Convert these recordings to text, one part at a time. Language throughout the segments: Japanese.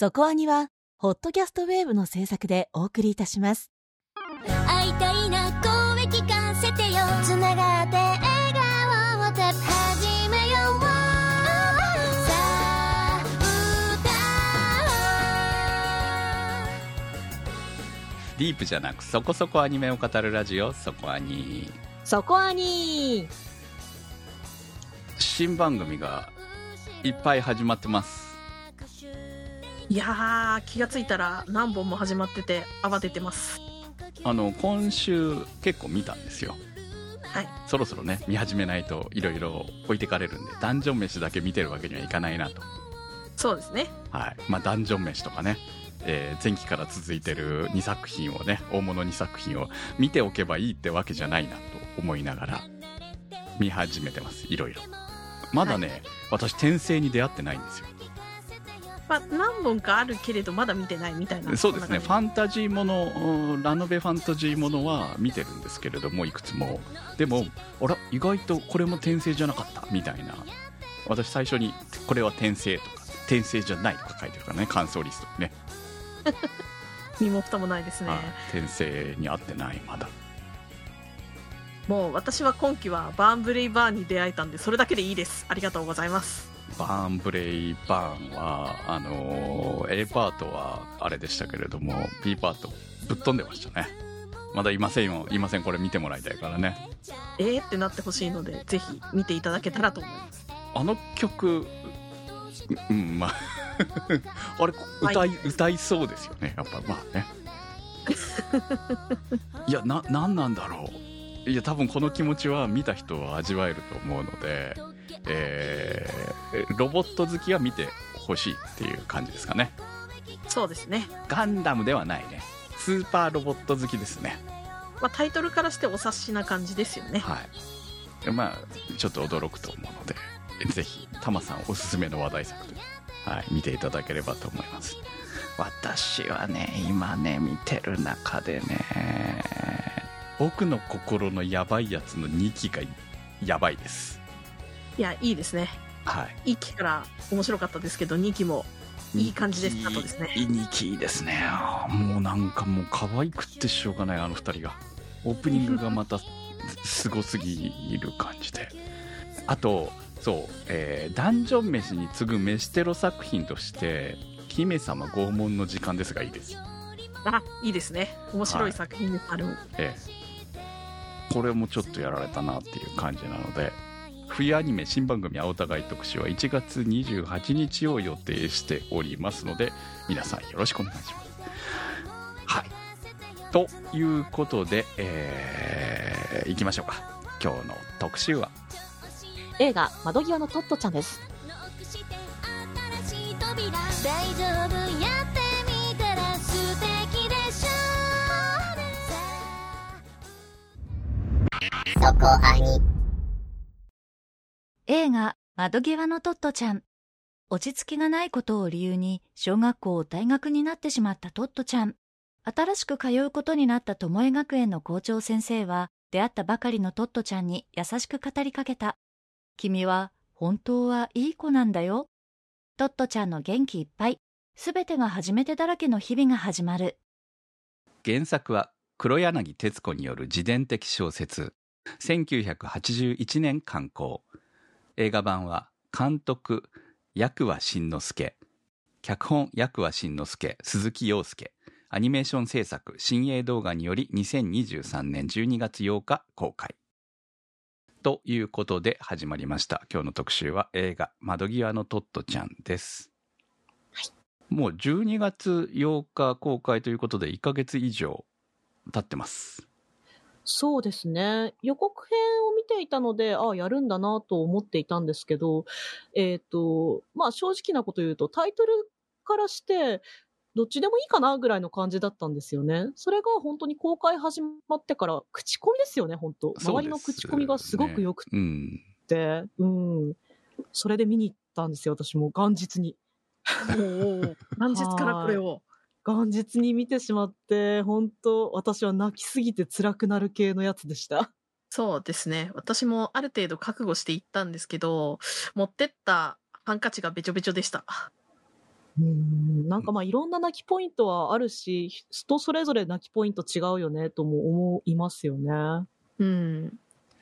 そこアニはホットキャストウェーブの制作でお送りいたします。 会いたいな、声聞かせてよ。つながって笑顔を始めよう。さあ歌おう。 ディープじゃなくそこそこアニメを語るラジオ、そこアニ。 そこアニ新番組がいっぱい始まってます。 いやー、気がついたら何本も始まってて慌ててます。 今週結構見たんですよ。 はい。 そろそろね見始めないといろいろ置いてかれるんで、ダンジョン飯だけ見てるわけにはいかないなと。 そうですね。 はい。まあダンジョン飯とかね、前期から続いてる2作品をね、大物2作品を見ておけばいいってわけじゃないなと思いながら見始めてます。いろいろ。まだね、はい、私転生に出会ってないんですよ。 まあ、何本かあるけれどまだ見てないみたいな。 そうですね。ファンタジーもの、ラノベファンタジーものは見てるんですけれども、いくつも。でもあら、意外とこれも転生じゃなかったみたいな。私最初にこれは転生とか転生じゃないとか書いてるからね、感想リストにね。 身も蓋もないですね。 転生に合ってない。まだもう私は今期はバーンブレイバーンに出会えたんで、それだけでいいです。ありがとうございます。 バーンブレイバーンはA パートはあれでしたけれども B パートぶっ飛んでましたね。まだいませんこれ見てもらいたいからね。 ってなってほしいので、ぜひ見ていただけたらと思います。 あの曲、まああれ歌いそうですよね、やっぱ。まあねいや、なんなんだろう。いや、多分この気持ちは見た人は味わえると思うので、ロボット好きは見てほしいっていう感じですかね。 そうですね。 ガンダムではないね。スーパーロボット好きですね。 まあ、タイトルからしてお察しな感じですよね。 はい。まあちょっと驚くと思うので、ぜひタマさんおすすめの話題作で、はい、見ていただければと思います。私はね、今ね見てる中でね、僕の心のヤバいやつの2期がヤバいです。 いや、いいですね。 はい。 1期から面白かったですけど、2期もいい感じでスタートですね。 2期いいですね。もうなんかもう可愛くってしょうがない、あの2人が。オープニングがまたすごすぎる感じで。あとそう、ダンジョン飯に次ぐ飯テロ作品として姫様拷問の時間ですがいいです。 いいですね。面白い作品です、はい、 これもちょっとやられたなっていう感じなので、冬アニメ新番組青互い特集は1月28日を予定しておりますので、皆さんよろしくお願いします。はい。ということで、いきましょうか。今日の特集は映画窓際のトットちゃんです。 大丈夫、やってみたら素敵でしょ。そこアニ。 映画窓際のトットちゃん。落ち着きがないことを理由に小学校大学になってしまったトットちゃん。新しく通うことになった巴学園の校長先生は、出会ったばかりのトットちゃんに優しく語りかけた。君は本当はいい子なんだよ。トットちゃんの元気いっぱい、すべてが初めてだらけの日々が始まる。 原作は黒柳徹子による自伝的小説。1981年刊行。映画版は監督八桑新之助、脚本八桑新之助、鈴木陽介、アニメーション制作新映動画により2023年12月8日公開ということで始まりました。今日の特集は映画窓際のトットちゃんです。はい、もう12月8日公開ということで1ヶ月以上経ってます。 そうですね。予告編を見ていたので、やるんだなと思っていたんですけど、まあ正直なこと言うと、タイトルからして、どっちでもいいかなぐらいの感じだったんですよね。それが本当に公開始まってから、口コミですよね、本当。周りの口コミがすごく良くて、それで見に行ったんですよ、私も元日に。 元日からこれを。 元日に見てしまって、本当私は泣きすぎて辛くなる系のやつでした。 そうですね。私もある程度覚悟して行ったんですけど、持ってったハンカチがべちょべちょでした。 なんかまあいろんな泣きポイントはあるし、人それぞれ泣きポイント違うよねとも思いますよね。 うん。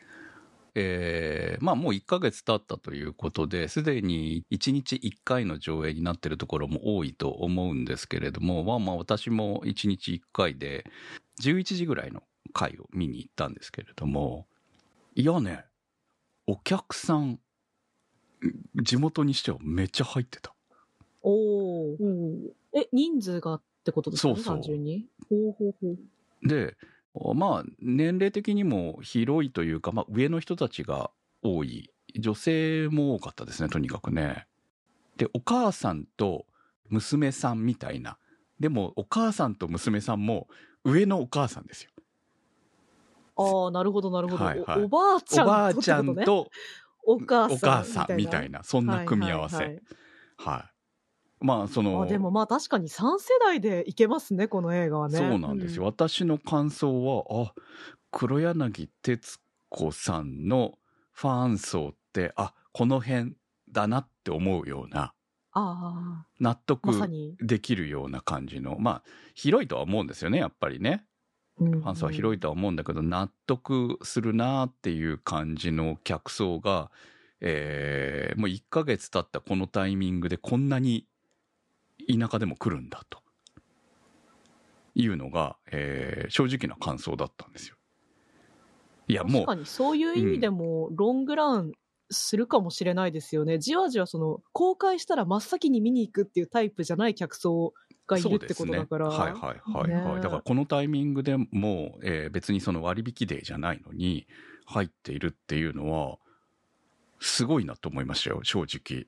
まあもう1ヶ月経ったということで、すでに1日1回の上映になっているところも多いと思うんですけれども、まあ私も1日1回で11時ぐらいの回を見に行ったんですけれども、いやね、お客さん、地元にしてはめっちゃ入ってた。 おー。人数がってことですかね、 そうそう単純に。ほうほうほう。 で、まあ年齢的にも広いというか、まあ上の人たちが多い。女性も多かったですね、とにかくね。で、お母さんと娘さんみたいな。でもお母さんと娘さんも上のお母さんですよ。 ああ、なるほどなるほど。 はいはいおばあちゃんとおばあちゃんとお母お母さんみたいな、そんな組み合わせ。 はいはいはいはい。まあそのでもまあ確かに3世代でいけますね、この映画はね。 そうなんですよ。私の感想は、黒柳徹子さんのファン層って、この辺だなって思うような、納得できるような感じの、まあ、広いとは思うんですよね、やっぱりね。ファン層は広いとは思うんだけど、納得するなっていう感じの客層が、もう1ヶ月経ったこのタイミングでこんなに田舎でも来るんだというのが、正直な感想だったんですよ。いやもう確かにそういう意味でもロングランするかもしれないですよね。じわじわその公開したら真っ先に見に行くっていうタイプじゃない客層がいるってことだから。 そうですね。はい。だからこのタイミングでもう、別にその割引デーじゃないのに入っているっていうのはすごいなと思いましたよ、正直。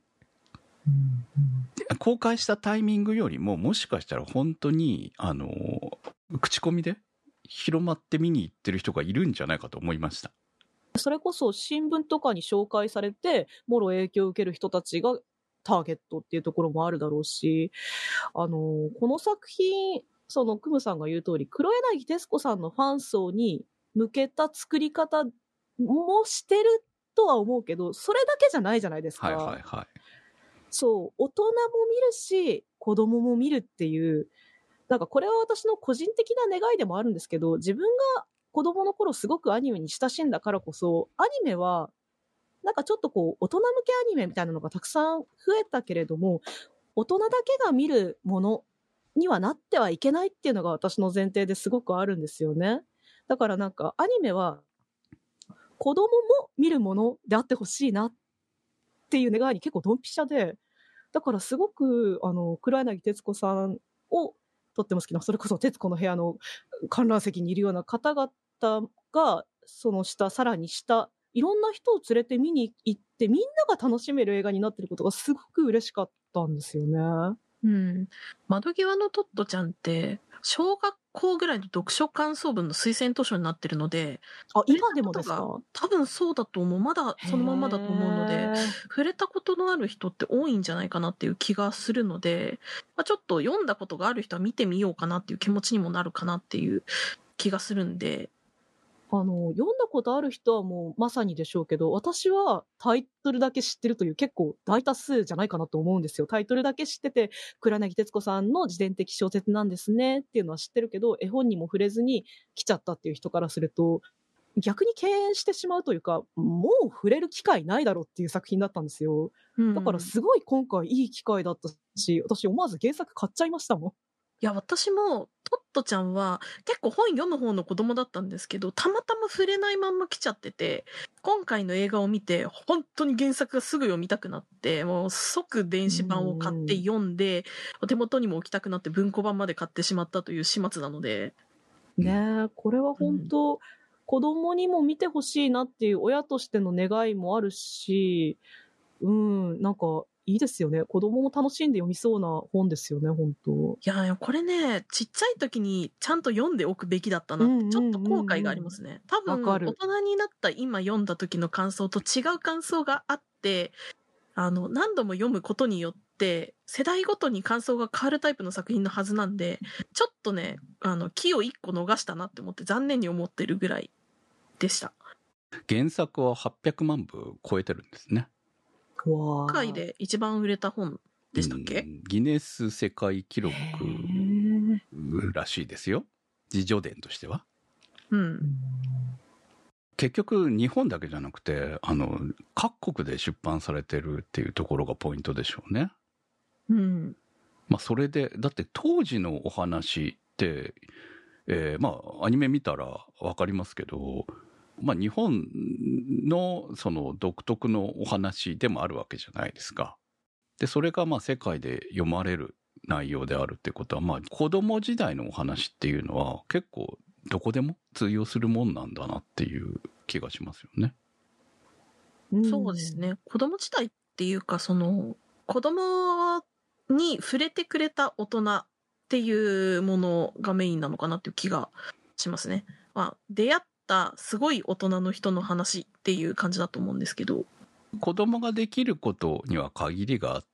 公開したタイミングよりももしかしたら本当に口コミで広まって見に行ってる人がいるんじゃないかと思いました。 それこそ新聞とかに紹介されてもろ影響を受ける人たちがターゲットっていうところもあるだろうし、この作品、そのクムさんが言う通り黒柳徹子さんのファン層に向けた作り方もしてるとは思うけど、それだけじゃないじゃないですか。そう、大人も見るし子供も見るっていう、なんかこれは私の個人的な願いでもあるんですけど、自分が子供の頃すごくアニメに親しんだからこそ、アニメはなんかちょっとこう大人向けアニメみたいなのがたくさん増えたけれども、大人だけが見るものにはなってはいけないっていうのが私の前提ですごくあるんですよね。だからなんかアニメは子供も見るものであってほしいなっていう願いに結構ドンピシャで、だからすごく黒柳徹子さんをとっても好きな、それこそ徹子の部屋の観覧席にいるような方々がその下、さらに下、いろんな人を連れて見に行ってみんなが楽しめる映画になってることがすごく嬉しかったんですよね。 窓際のトットちゃんって小学校ぐらいの読書感想文の推薦図書になってるので、 今でもですか？ 多分そうだと思う。まだそのままだと思うので、触れたことのある人って多いんじゃないかなっていう気がするので、ちょっと読んだことがある人は見てみようかなっていう気持ちにもなるかなっていう気がするんで、 読んだことある人はもうまさにでしょうけど、私はタイトルだけ知ってるという結構大多数じゃないかなと思うんですよ。タイトルだけ知ってて、黒柳徹子さんの自伝的小説なんですねっていうのは知ってるけど、絵本にも触れずに来ちゃったっていう人からすると、逆に敬遠してしまうというか、もう触れる機会ないだろうっていう作品だったんですよ。だからすごい今回いい機会だったし、私思わず原作買っちゃいましたもん。 いや、私もトットちゃんは結構本読む方の子供だったんですけど、たまたま触れないまんま来ちゃってて、今回の映画を見て本当に原作がすぐ読みたくなって、もう即電子版を買って読んで、お手元にも置きたくなって文庫版まで買ってしまったという始末なのでね。これは本当、子供にも見てほしいなっていう親としての願いもあるし、なんかいいですよね。子供も楽しんで読みそうな本ですよね、本当。 いや、これね、ちっちゃい時にちゃんと読んでおくべきだったなって、ちょっと後悔がありますね。多分、大人になった今読んだ時の感想と違う感想があって、何度も読むことによって、世代ごとに感想が変わるタイプの作品のはずなんで、ちょっとね、気を一個逃したなって思って残念に思ってるぐらいでした。 原作は800万部超えてるんですね。 世界で一番売れた本でしたっけ？ ギネス世界記録らしいですよ。自叙伝としては。 うん。 結局日本だけじゃなくて各国で出版されてるっていうところがポイントでしょうね。 うん。 まあそれでだって当時のお話って、まあアニメ見たら分かりますけど、まあ日本のその独特のお話でもあるわけじゃないですか。でそれがまあ世界で読まれる内容であるってことは、まあ子供時代のお話っていうのは結構どこでも通用するもんなんだなっていう気がしますよね。 そうですね。子供時代っていうか、その子供に触れてくれた大人っていうものがメインなのかなっていう気がしますね。まあ、出会ったすごい大人の人の話っていう感じだと思うんですけど。 子供ができることには限りがあって、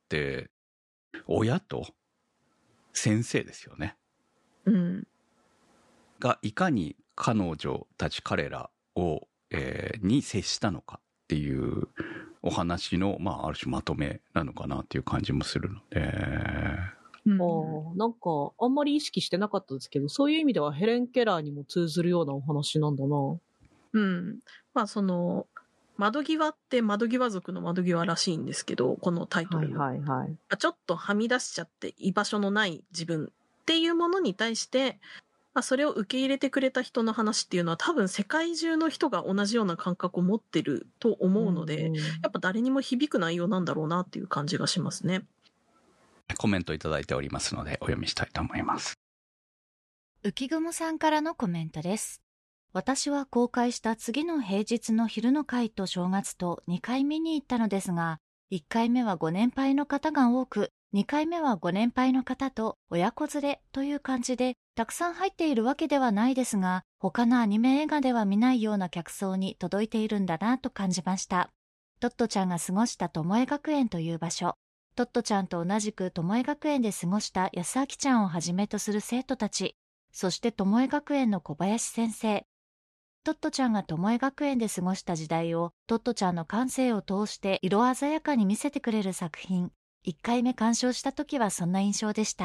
親と先生ですよね。 うん。 がいかに彼女たち彼らを、に接したのかっていうお話の、まあ、ある種まとめなのかなっていう感じもするので、 なんかあんまり意識してなかったですけど、そういう意味ではヘレン・ケラーにも通ずるようなお話なんだな。 うん。まあその窓際って窓際族の窓際らしいんですけど、このタイトルの、 はいはいはい、 ちょっとはみ出しちゃって居場所のない自分っていうものに対して、まあ、それを受け入れてくれた人の話っていうのは多分世界中の人が同じような感覚を持ってると思うので、やっぱ誰にも響く内容なんだろうなっていう感じがしますね。 コメントいただいておりますのでお読みしたいと思います。 浮雲さんからのコメントです。私は公開した次の平日の昼の会と正月と2回見に行ったのですが、1回目はご年配の方が多く、2回目はご年配の方と親子連れという感じで、たくさん入っているわけではないですが、他のアニメ映画では見ないような客層に届いているんだなと感じました。トットちゃんが過ごしたともえ学園という場所、トットちゃんと同じくともえ学園で過ごした安明ちゃんをはじめとする生徒たち、そしてともえ学園の小林先生、トットちゃんがともえ学園で過ごした時代をトットちゃんの感性を通して色鮮やかに見せてくれる作品。1回目鑑賞した時はそんな印象でした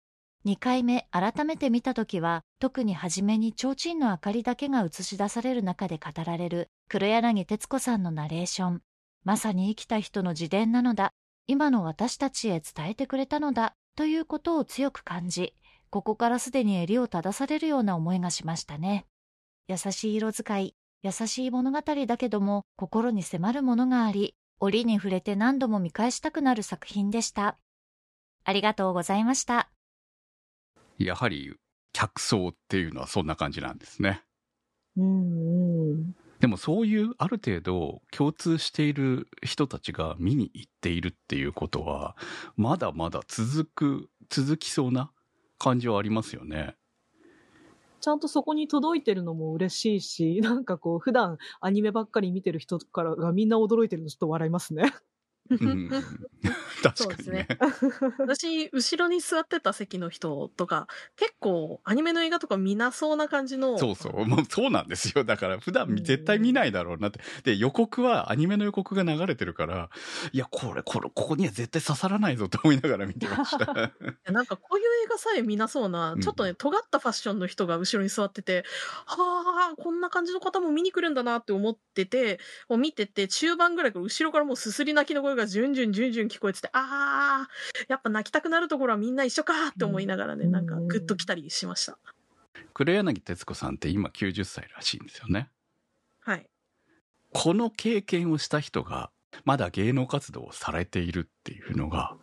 。2回目改めて見た時は、特に初めに提灯の明かりだけが映し出される中で語られる黒柳徹子さんのナレーション。まさに生きた人の自伝なのだ。今の私たちへ伝えてくれたのだ。ということを強く感じ、ここからすでに襟を正されるような思いがしましたね。優しい色使い、優しい物語だけども心に迫るものがあり、折に触れて何度も見返したくなる作品でした。ありがとうございました。 やはり客層っていうのはそんな感じなんですね。でもそういうある程度共通している人たちが見に行っているっていうことは、まだまだ続きそうな感じはありますよね。 ちゃんとそこに届いてるのも嬉しいし、なんかこう普段アニメばっかり見てる人からがみんな驚いてるのちょっと笑いますね。 うん、確かにね。 私後ろに座ってた席の人とか結構アニメの映画とか見なそうな感じの。 そうそう、もうそうなんですよ。だから普段絶対見ないだろうなって。で予告はアニメの予告が流れてるから、いやここには絶対刺さらないぞと思いながら見てました。 なんかこういう映画さえ見なそうなちょっとね、尖ったファッションの人が後ろに座ってて、はあこんな感じの方も見に来るんだなって思ってて、もう見てて中盤ぐらいから後ろからもうすすり泣きの声がじゅんじゅん聞こえてて、やっぱ泣きたくなるところはみんな一緒かって思いながらね、なんかグッときたりしました。 黒柳徹子さんって今90歳らしいんですよね。 はい。 この経験をした人がまだ芸能活動をされているっていうのが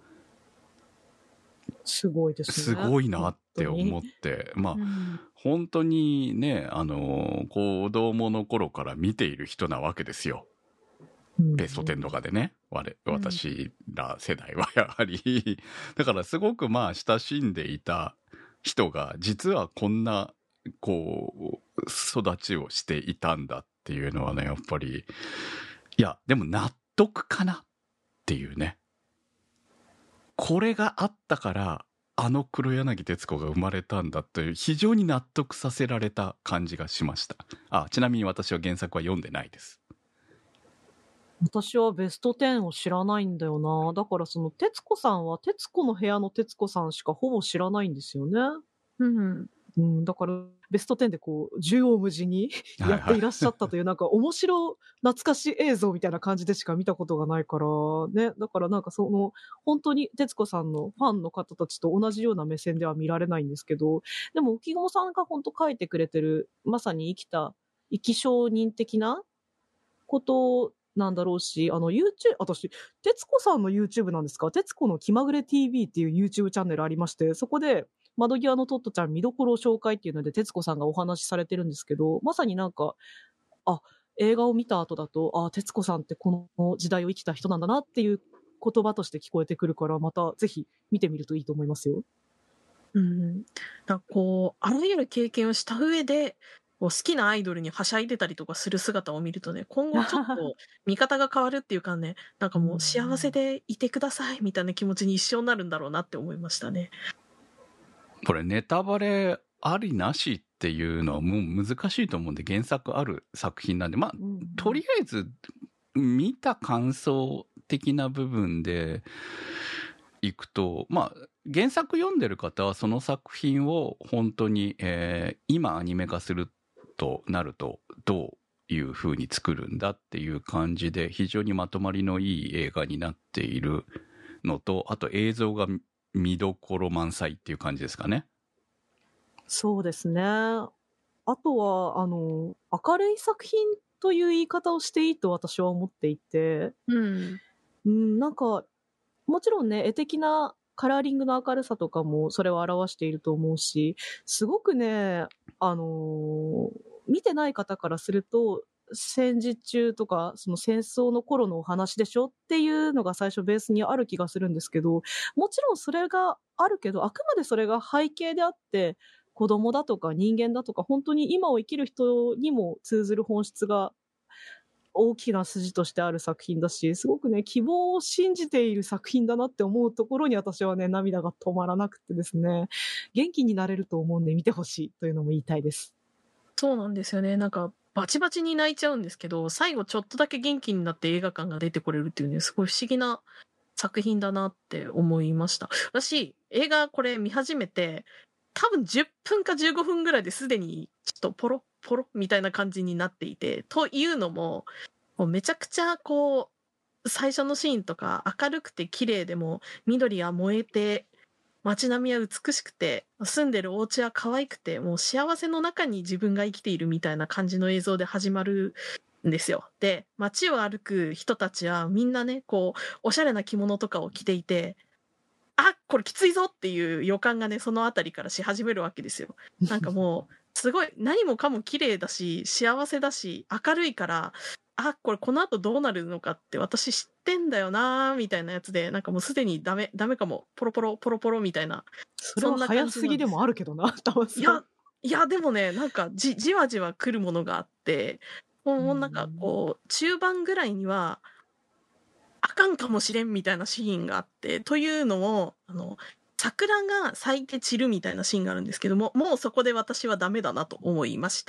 すごいですね。 すごいなって思って、まあ、本当にね、子供の頃から見ている人なわけですよ。ベスト10とかでね、私ら世代はやはりだからすごくまあ親しんでいた人が実はこんなこう育ちをしていたんだっていうのはね、やっぱりいやでも納得かなっていうね、これがあったから黒柳徹子が生まれたんだという非常に納得させられた感じがしました。ちなみに私は原作は読んでないです。 私はベスト10を知らないんだよな。だからその徹子さんは徹子の部屋の徹子さんしかほぼ知らないんですよね。だからベスト10でこう縦横無尽にやっていらっしゃったというなんか面白懐かしい映像みたいな感じでしか見たことがないからね。だからなんかその本当に徹子さんのファンの方たちと同じような目線では見られないんですけど、でも浮雲さんが本当書いてくれてるまさに生き証人的なことなんだろうし、YouTube、私、徹子さんの YouTube なんですか？徹子の気まぐれ TV っていう YouTube チャンネルありまして、そこで、窓際のトットちゃん見どころを紹介っていうので、徹子さんがお話しされてるんですけど、まさになんか、映画を見た後だと、徹子さんってこの時代を生きた人なんだなっていう言葉として聞こえてくるから、またぜひ見てみるといいと思いますよ。 なんかこう、あらゆる経験をした上で、好きなアイドルにはしゃいでたりとかする姿を見るとね、今後ちょっと見方が変わるっていうかね、なんかもう幸せでいてくださいみたいな気持ちに一生なるんだろうなって思いましたね。 これネタバレありなしっていうのはもう難しいと思うんで、原作ある作品なんで、とりあえず見た感想的な部分でいくと、原作読んでる方はその作品を本当に、今アニメ化するとなるとどういう風に作るんだっていう感じで非常にまとまりのいい映画になっているのと、あと映像が見どころ満載っていう感じですかね。 そうですね。あとは明るい作品という言い方をしていいと私は思っていて、なんかもちろんね、絵的なカラーリングの明るさとかもそれを表していると思うし、すごくね、見てない方からすると、戦時中とか、その戦争の頃のお話でしょっていうのが最初ベースにある気がするんですけど、もちろんそれがあるけど、あくまでそれが背景であって、子供だとか人間だとか、本当に今を生きる人にも通ずる本質が大きな筋としてある作品だし、すごくね、希望を信じている作品だなって思うところに私はね、涙が止まらなくてですね、元気になれると思うんで見てほしいというのも言いたいです。 そうなんですよね。なんかバチバチに泣いちゃうんですけど、最後ちょっとだけ元気になって映画館が出てこれるっていうね、すごい不思議な作品だなって思いました。私、映画これ見始めて、多分10分か15分ぐらいですでにちょっとポロポロみたいな感じになっていて、というのも、もうめちゃくちゃこう、最初のシーンとか明るくて綺麗でも、緑が燃えて、街並みは美しくて、住んでるお家は可愛くて、もう幸せの中に自分が生きているみたいな感じの映像で始まるんですよ。で、街を歩く人たちはみんなね、こう、おしゃれな着物とかを着ていて、これきついぞっていう予感がね、そのあたりからし始めるわけですよ。なんかもう、すごい、何もかも綺麗だし、幸せだし、明るいから、これこの後どうなるのかって私知ってんだよなーみたいなやつで、なんかもうすでにダメかも、ポロポロみたいな。 それは早すぎでもあるけどな、たまさん。 いや、でもね、なんかじわじわ来るものがあって、もうなんかこう、中盤ぐらいには、あかんかもしれんみたいなシーンがあって、というのも、桜が咲いて散るみたいなシーンがあるんですけども、もうそこで私はダメだなと思いました。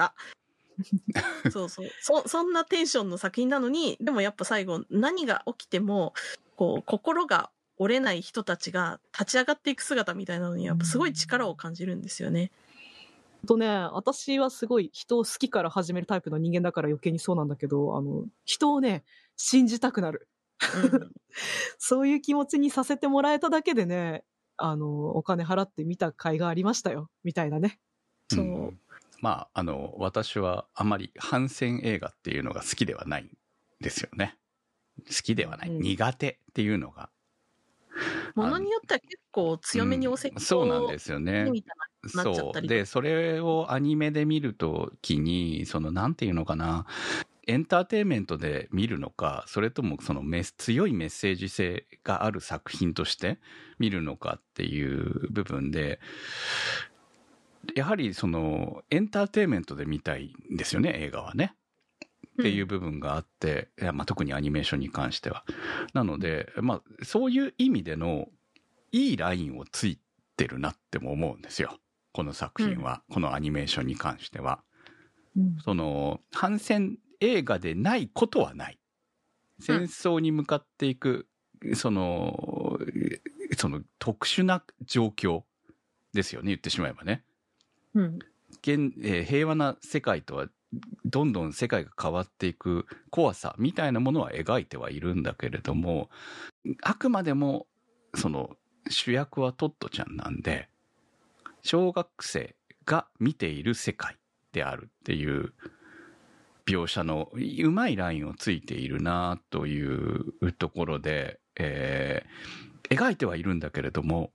そんなテンションの作品なのに、でもやっぱ最後何が起きてもこう心が折れない人たちが立ち上がっていく姿みたいなのにやっぱすごい力を感じるんですよね。 私はすごい人を好きから始めるタイプの人間だから余計にそうなんだけど、人をね信じたくなる、そういう気持ちにさせてもらえただけでね、お金払って見た甲斐がありましたよみたいなね。 そう、 私はあまり反戦映画っていうのが好きではないんですよね。好きではない、苦手っていうのがものによっては結構強めにお説教、 そうなんですよね。 みたいなっちゃったりでそれをアニメで見るときになんていうのかな、エンターテインメントで見るのか、それとも強いメッセージ性がある作品として見るのかっていう部分で、やはりエンターテインメントで見たいんですよね、映画はね。っていう部分があって、特にアニメーションに関しては。なので、そういう意味でのいいラインをついてるなっても思うんですよ。この作品は、このアニメーションに関しては。反戦映画でないことはない。 戦争に向かっていく、その特殊な状況ですよね、言ってしまえばね。 うん。 平和な世界とはどんどん世界が変わっていく怖さみたいなものは描いてはいるんだけれども、あくまでもその主役はトットちゃんなんで、小学生が見ている世界であるっていう描写のうまいラインをついているなというところで、描いてはいるんだけれども、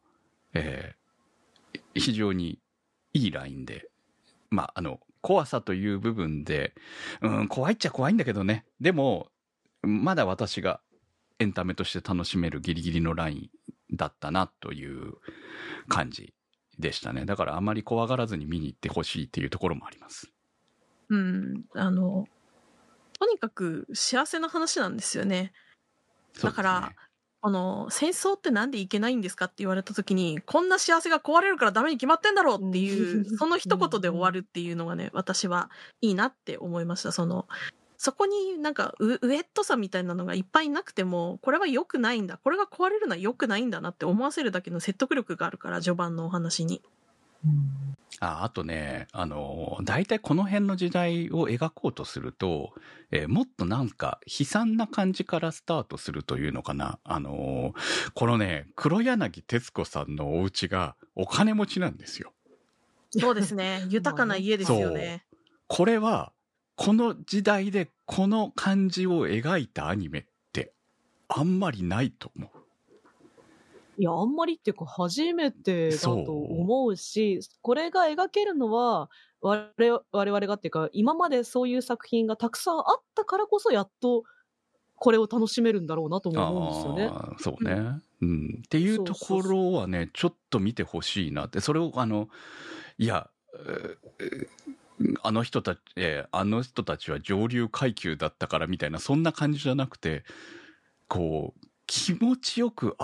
非常にいいラインで、怖さという部分で、怖いっちゃ怖いんだけどね。でも、まだ私がエンタメとして楽しめるギリギリのラインだったなという感じでしたね。だからあまり怖がらずに見に行ってほしいっていうところもあります。 うん。とにかく幸せな話なんですよね。だから、戦争ってなんでいけないんですかって言われた時に、こんな幸せが壊れるからダメに決まってんだろうっていう、その一言で終わるっていうのがね、私はいいなって思いました。そこになんかウエットさみたいなのがいっぱいなくても、これは良くないんだ、これが壊れるのは良くないんだなって思わせるだけの説得力があるから、序盤のお話に。 あとね、大体この辺の時代を描こうとすると、もっとなんか悲惨な感じからスタートするというのかな。このね、黒柳徹子さんのお家がお金持ちなんですよ。 そうですね。豊かな家ですよね。 これは、この時代でこの感じを描いたアニメってあんまりないと思う。 いや、あんまりっていうか初めてだと思うし、これが描けるのは我々がっていうか、今までそういう作品がたくさんあったからこそやっとこれを楽しめるんだろうなとも思うんですよね。 そうね。っていうところはね、ちょっと見てほしいなって。それをいや、あの人たちは上流階級だったからみたいな、そんな感じじゃなくて、こう、気持ちよく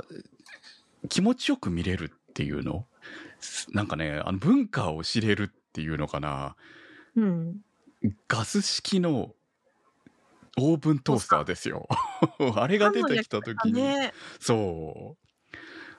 見れるっていうの。なんかね、文化を知れるっていうのかな。 うん。 ガス式のオーブントースターですよ。あれが出てきた時に、そう。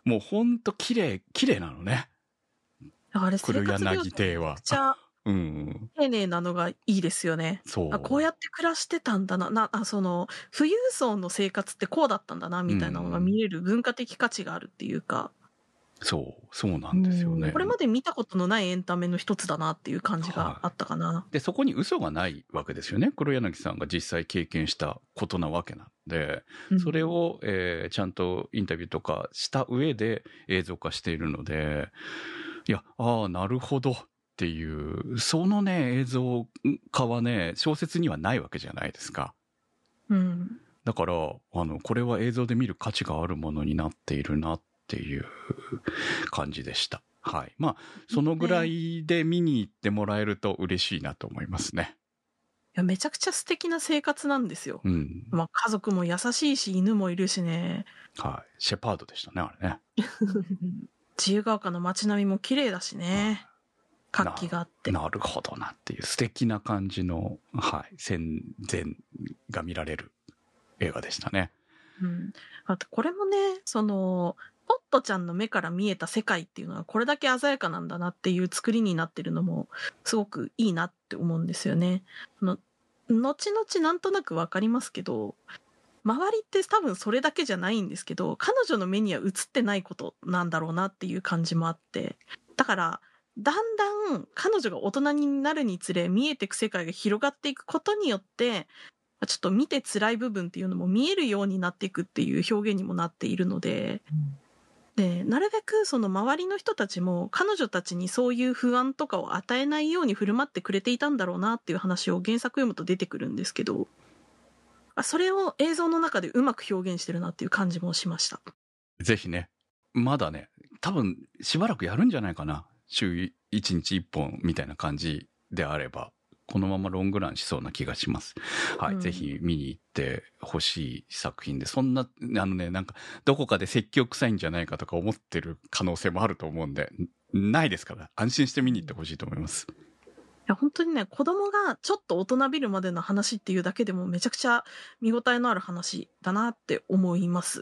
もうほんと綺麗なのね。 あれ、 黒柳邸は。 めちゃくちゃ丁寧なのがいいですよね。こうやって暮らしてたんだな。富裕層の生活ってこうだったんだな、みたいなのが見れる文化的価値があるっていうか。 そうなんですよね。 これまで見たことのないエンタメの一つだなっていう感じがあったかな。 で、そこに嘘がないわけですよね。黒柳さんが実際経験したことなわけなんで、それを、ちゃんとインタビューとかした上で映像化しているので、いや、なるほどっていう、そのね、映像化はね、小説にはないわけじゃないですか。だから、これは映像で見る価値があるものになっているなっていう感じでした。はい。そのぐらいで見に行ってもらえると嬉しいなと思いますね。 いや、めちゃくちゃ素敵な生活なんですよ。家族も優しいし、犬もいるしね。 はい。シェパードでしたね、あれね。 自由が丘の街並みも綺麗だしね。活気があって。 なるほどなっていう素敵な感じの、戦前が見られる映画でしたね。 あとこれもね、トットちゃんの目から見えた世界っていうのはこれだけ鮮やかなんだなっていう作りになってるのもすごくいいなって思うんですよね。後々なんとなくわかりますけど、周りって多分それだけじゃないんですけど、彼女の目には映ってないことなんだろうなっていう感じもあって、だからだんだん彼女が大人になるにつれ見えていく世界が広がっていくことによって、ちょっと見て辛い部分っていうのも見えるようになっていくっていう表現にもなっているので、でなるべくその周りの人たちも彼女たちにそういう不安とかを与えないように振る舞ってくれていたんだろうなっていう話を原作読むと出てくるんですけど、それを映像の中でうまく表現してるなっていう感じもしました。 ぜひね、まだね、多分しばらくやるんじゃないかな。週1日1本みたいな感じであれば、このままロングランしそうな気がします。はい、ぜひ見に行ってほしい作品で、そんな、なんか、どこかで説教臭いんじゃないかとか思ってる可能性もあると思うんで、ないですから、安心して見に行ってほしいと思います。 や本当にね、子供がちょっと大人びるまでの話っていうだけでもめちゃくちゃ見応えのある話だなって思います。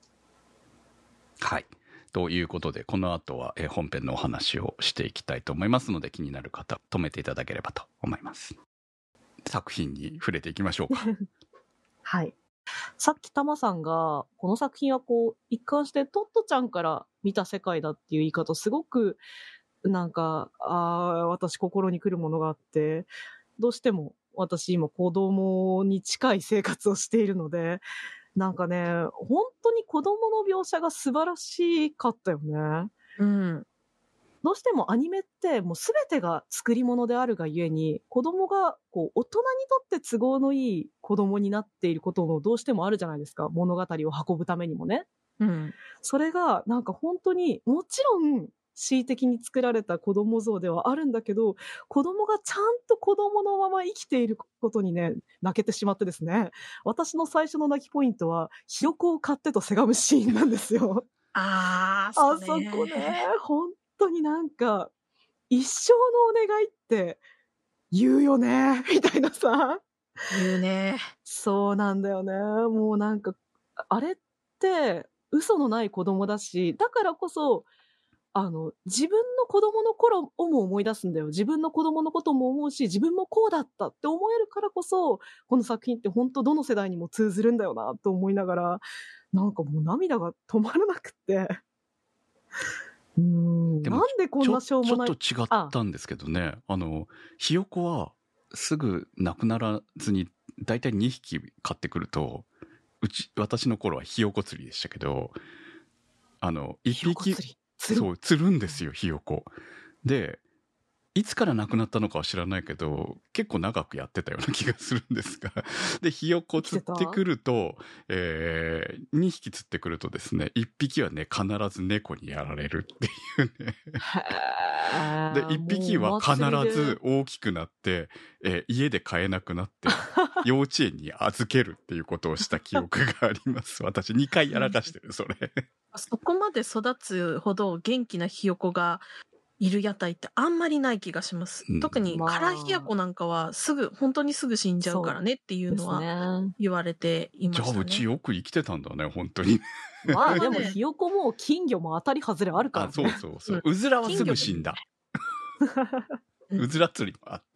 はい。ということで、この後は本編のお話をしていきたいと思いますので、気になる方、止めていただければと思います。作品に触れていきましょうか。 はい。さっきタマさんが、この作品はこう、一貫してトットちゃんから見た世界だっていう言い方、すごく、なんか、私心に来るものがあって、どうしても私今子供に近い生活をしているので、なんかね、本当に子供の描写が素晴らしかったよね。 うん。 どうしてもアニメってもう全てが作り物であるがゆえに、子供がこう大人にとって都合のいい子供になっていることもどうしてもあるじゃないですか。物語を運ぶためにもね。 うん。 それがなんか本当にもちろん恣意的に作られた子供像ではあるんだけど、子供がちゃんと子供のまま生きていることにね、泣けてしまってですね。私の最初の泣きポイントは、ひよこを買ってとせがむシーンなんですよ。 あそこね、本当になんか、一生のお願いって言うよね、みたいなさ。 言うね。 そうなんだよね。もうなんか、あれって嘘のない子供だし、だからこそ、自分の子供の頃をも思い出すんだよ。自分の子供のことも思うし、自分もこうだったって思えるからこそ、この作品って本当どの世代にも通ずるんだよなと思いながら、なんかもう涙が止まらなくて。なんでこんなしょうもない。 ちょっと違ったんですけどね。ひよこはすぐ亡くならずに、だいたい2匹買ってくると、私の頃はひよこ釣りでしたけど、1匹、そう、釣るんですよ、ひよこ。で、いつから亡くなったのかは知らないけど、結構長くやってたような気がするんですが。で、ひよこ釣ってくると、2匹釣ってくるとですね、1匹はね、必ず猫にやられるっていうね。で、1匹は必ず大きくなって、家で飼えなくなって、幼稚園に預けるっていうことをした記憶があります。私2回やらかしてる、それ。 そこまで育つほど元気なひよこがいる屋台ってあんまりない気がします。特にカラヒヤコなんかは本当にすぐ死んじゃうからねっていうのは言われていましたね。 じゃあうちよく生きてたんだね、本当に。 まあでもひよこも金魚も当たり外れあるからね。 そう。うずらはすぐ死んだ。うずら釣りもあった。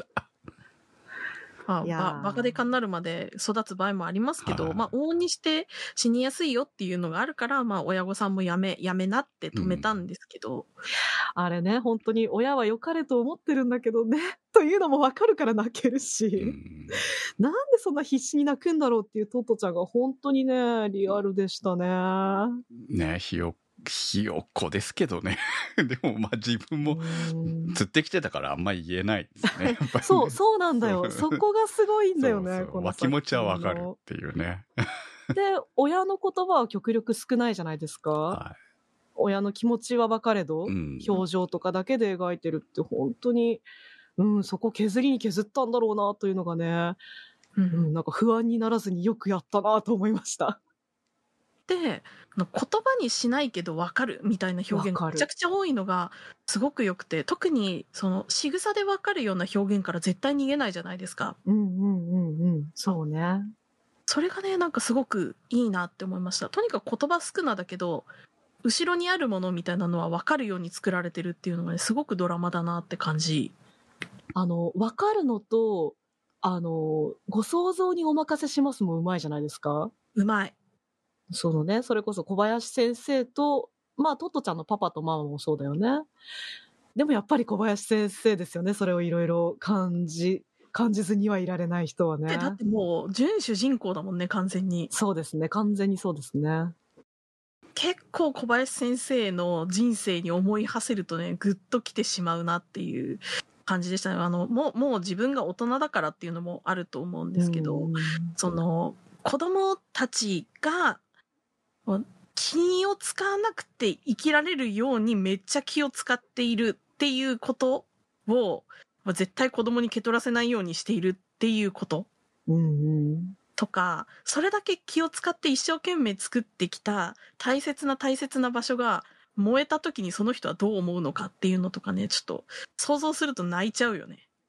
バカデカになるまで育つ場合もありますけど、往々にして死にやすいよっていうのがあるから、親御さんもやめなって止めたんですけど。 あれね、本当に親は良かれと思ってるんだけどね、というのもわかるから泣けるし、なんでそんな必死に泣くんだろうっていうトットちゃんが本当にね、リアルでしたね。 ね、ひよこですけどね。でも自分も釣ってきてたからあんまり言えないですね。 そうなんだよ。そこがすごいんだよね。 この気持ちはわかるっていうね。 で、親の言葉は極力少ないじゃないですか。はい、親の気持ちは分かれど、表情とかだけで描いてるって本当に、そこ削りに削ったんだろうなというのがね、なんか不安にならずによくやったなと思いました。 で、言葉にしないけど分かるみたいな表現がめちゃくちゃ多いのがすごく良くて、特にその仕草で分かるような表現から絶対逃げないじゃないですか。 そうね。 それがね、なんかすごくいいなって思いました。とにかく言葉少なだけど、後ろにあるものみたいなのは分かるように作られてるっていうのがね、すごくドラマだなって感じ。 分かるのと、ご想像にお任せしますもうまいじゃないですか。 うまい。 それこそ小林先生と、トットちゃんのパパとママもそうだよね。でもやっぱり小林先生ですよね。それをいろいろ感じずにはいられない人はね。 だってもう、準主人公だもんね、完全に。 そうですね。完全にそうですね。 結構小林先生の人生に思い馳せるとね、ぐっと来てしまうなっていう感じでしたね。もう自分が大人だからっていうのもあると思うんですけど、その、子供たちが、気を使わなくて生きられるようにめっちゃ気を使っているっていうことを、絶対子供に蹴取らせないようにしているっていうこと、とか、それだけ気を使って一生懸命作ってきた大切な場所が燃えた時にその人はどう思うのかっていうのとかね、ちょっと想像すると泣いちゃうよね。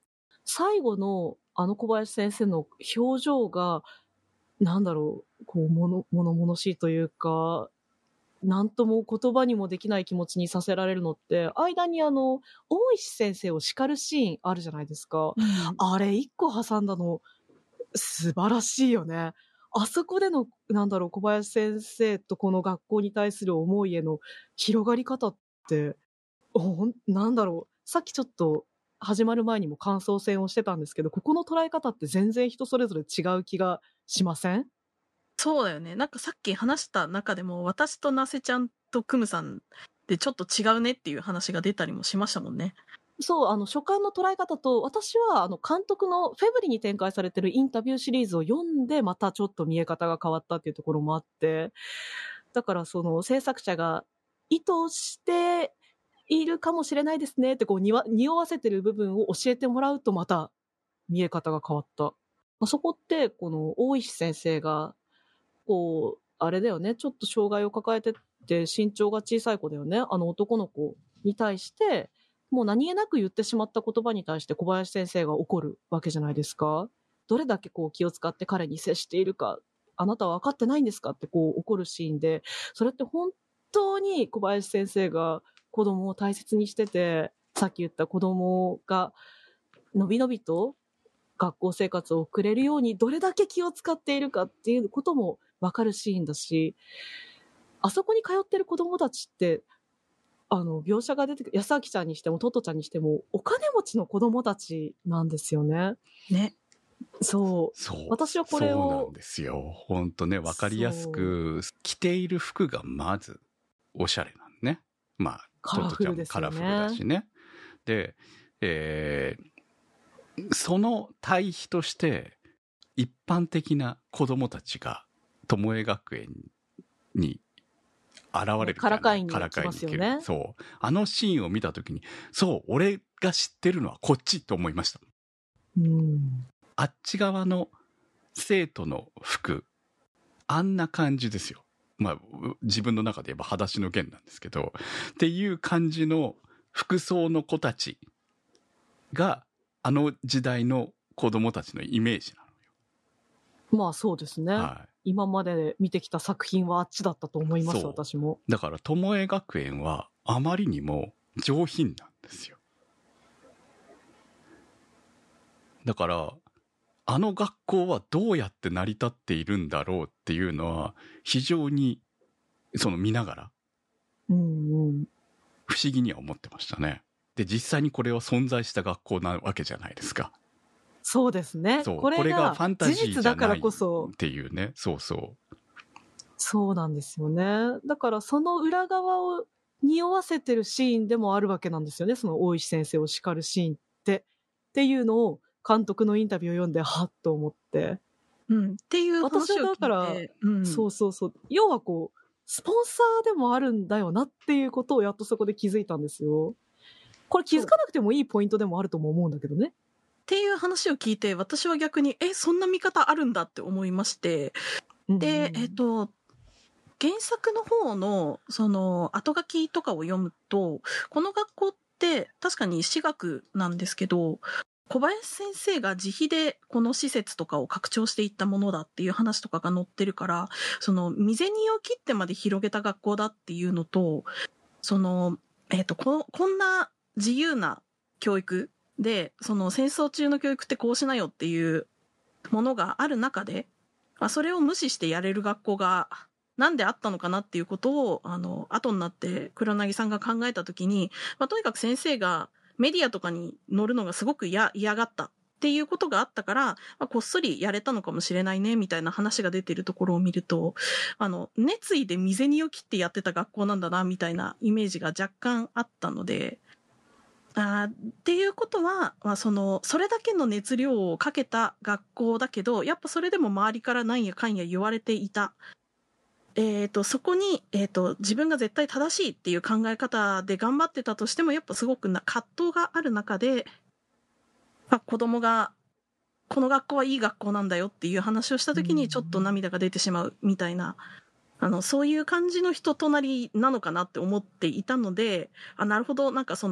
最後の小林先生の表情が、なんだろう、こう、物々しいというか、なんとも言葉にもできない気持ちにさせられるのって、間に大石先生を叱るシーンあるじゃないですか。あれ一個挟んだの、素晴らしいよね。あそこでの、なんだろう、小林先生とこの学校に対する思いへの広がり方って、なんだろう、さっきちょっと始まる前にも感想戦をしてたんですけど、ここの捉え方って全然人それぞれ違う気がしません？ そうだよね。なんかさっき話した中でも、私となせちゃんとクムさんでちょっと違うねっていう話が出たりもしましたもんね。 そう、書簡の捉え方と、私は監督のフェブリに展開されてるインタビューシリーズを読んで、またちょっと見え方が変わったっていうところもあって、だからその制作者が意図しているかもしれないですねってこう匂わせてる部分を教えてもらうとまた見え方が変わった。そこってこの大石先生がこうあれだよね、ちょっと障害を抱えてて身長が小さい子だよね、男の子に対してもう何気なく言ってしまった言葉に対して小林先生が怒るわけじゃないですか。どれだけこう気を使って彼に接しているか、あなたは分かってないんですかってこう怒るシーンで、それって本当に小林先生が子供を大切にしてて、さっき言った子供がのびのびと学校生活を送れるようにどれだけ気を使っているかっていうことも分かるシーンだし、あそこに通ってる子供たちって描写が出てくる安明ちゃんにしてもトットちゃんにしてもお金持ちの子供たちなんですよね。 ね。 そう。私はこれを。 そうなんですよ。ほんとね、わかりやすく、着ている服がまずおしゃれなんね。まあ、 カラフルですよね。 トットちゃんもカラフルだしね。で、その対比として、一般的な子供たちが、巴学園に現れる。 からかいに来ますよね。 そう。あのシーンを見たときに、そう、俺が知ってるのはこっちと思いました。あっち側の生徒の服、あんな感じですよ。まあ、自分の中で言えば裸足の弦なんですけど、っていう感じの服装の子たちが、あの時代の子供たちのイメージなのよ。 まあそうですね。はい、今まで見てきた作品はあっちだったと思います、私も。 だから、巴学園はあまりにも上品なんですよ。だから、あの学校はどうやって成り立っているんだろうっていうのは、非常に、見ながら、不思議には思ってましたね。で、実際にこれは存在した学校なわけじゃないですか。 そうですね。 これがファンタジーじゃないっていうね。そう。 そうなんですよね。だからその裏側を匂わせてるシーンでもあるわけなんですよね。その大石先生を叱るシーンっていうのを監督のインタビューを読んではっと思って。 っていう話を聞いて。 私はだから、そう。要はこう、スポンサーでもあるんだよなっていうことをやっとそこで気づいたんですよ。これ気づかなくてもいいポイントでもあるとも思うんだけどね。 っていう話を聞いて、私は逆に、そんな見方あるんだって思いまして。で、原作の方の、後書きとかを読むと、この学校って確かに私学なんですけど、小林先生が自費でこの施設とかを拡張していったものだっていう話とかが載ってるから、身銭を切ってまで広げた学校だっていうのと、こんな自由な教育で、戦争中の教育ってこうしなよっていうものがある中で、それを無視してやれる学校がなんであったのかなっていうことを、後になって黒柳さんが考えたときに、とにかく先生がメディアとかに載るのがすごく嫌がったっていうことがあったから、こっそりやれたのかもしれないね、みたいな話が出てるところを見ると、熱意で身銭を切ってやってた学校なんだな、みたいなイメージが若干あったので、っていうことは、それだけの熱量をかけた学校だけど、やっぱそれでも周りからなんやかんや言われていた。そこに、自分が絶対正しいっていう考え方で頑張ってたとしても、やっぱすごく葛藤がある中で、子供が、この学校はいい学校なんだよっていう話をした時にちょっと涙が出てしまうみたいな、そういう感じの人となりなのかなって思っていたので、なるほど、なんか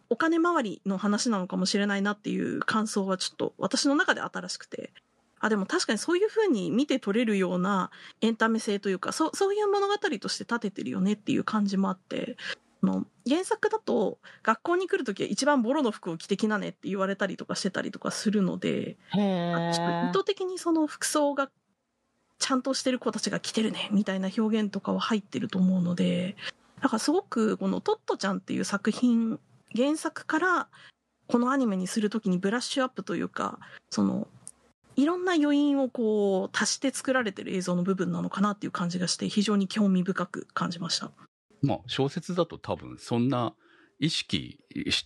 お金回りの話なのかもしれないなっていう感想はちょっと私の中で新しくて、でも確かにそういう風に見て取れるようなエンタメ性というか、そういう物語として立ててるよねっていう感じもあって、原作だと学校に来るときは一番ボロの服を着てきなねって言われたりとかしてたりとかするので、ちょっと意図的にその服装がちゃんとしてる子たちが着てるねみたいな表現とかは入ってると思うので、だからすごくこのトットちゃんっていう作品、原作からこのアニメにするときにブラッシュアップというか、いろんな余韻をこう足して作られてる映像の部分なのかなっていう感じがして、非常に興味深く感じました。 小説だと多分そんな意識して、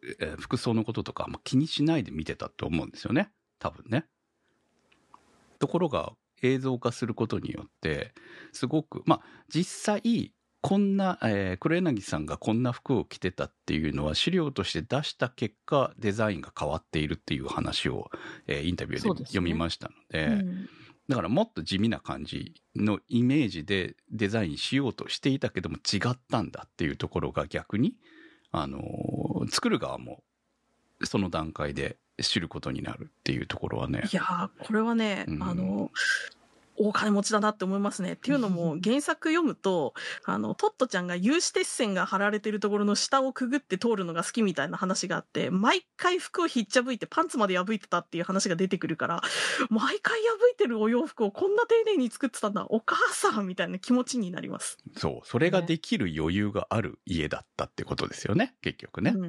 服装のこととか気にしないで見てたと思うんですよね、多分ね。ところが映像化することによってすごく実際こんな、黒柳さんがこんな服を着てたっていうのは資料として出した結果デザインが変わっているっていう話を、インタビューで読みましたので、だからもっと地味な感じのイメージでデザインしようとしていたけども違ったんだっていうところが逆に、作る側もその段階で知ることになるっていうところはね。 いやこれはね、大金持ちだなって思いますね。っていうのも原作読むとトットちゃんが有刺鉄線が張られてるところの下をくぐって通るのが好きみたいな話があって、毎回服をひっちゃぶいてパンツまで破いてたっていう話が出てくるから、毎回破いてるお洋服をこんな丁寧に作ってたんだお母さんみたいな気持ちになります。 それができる余裕がある家だったってことですよね、結局ね。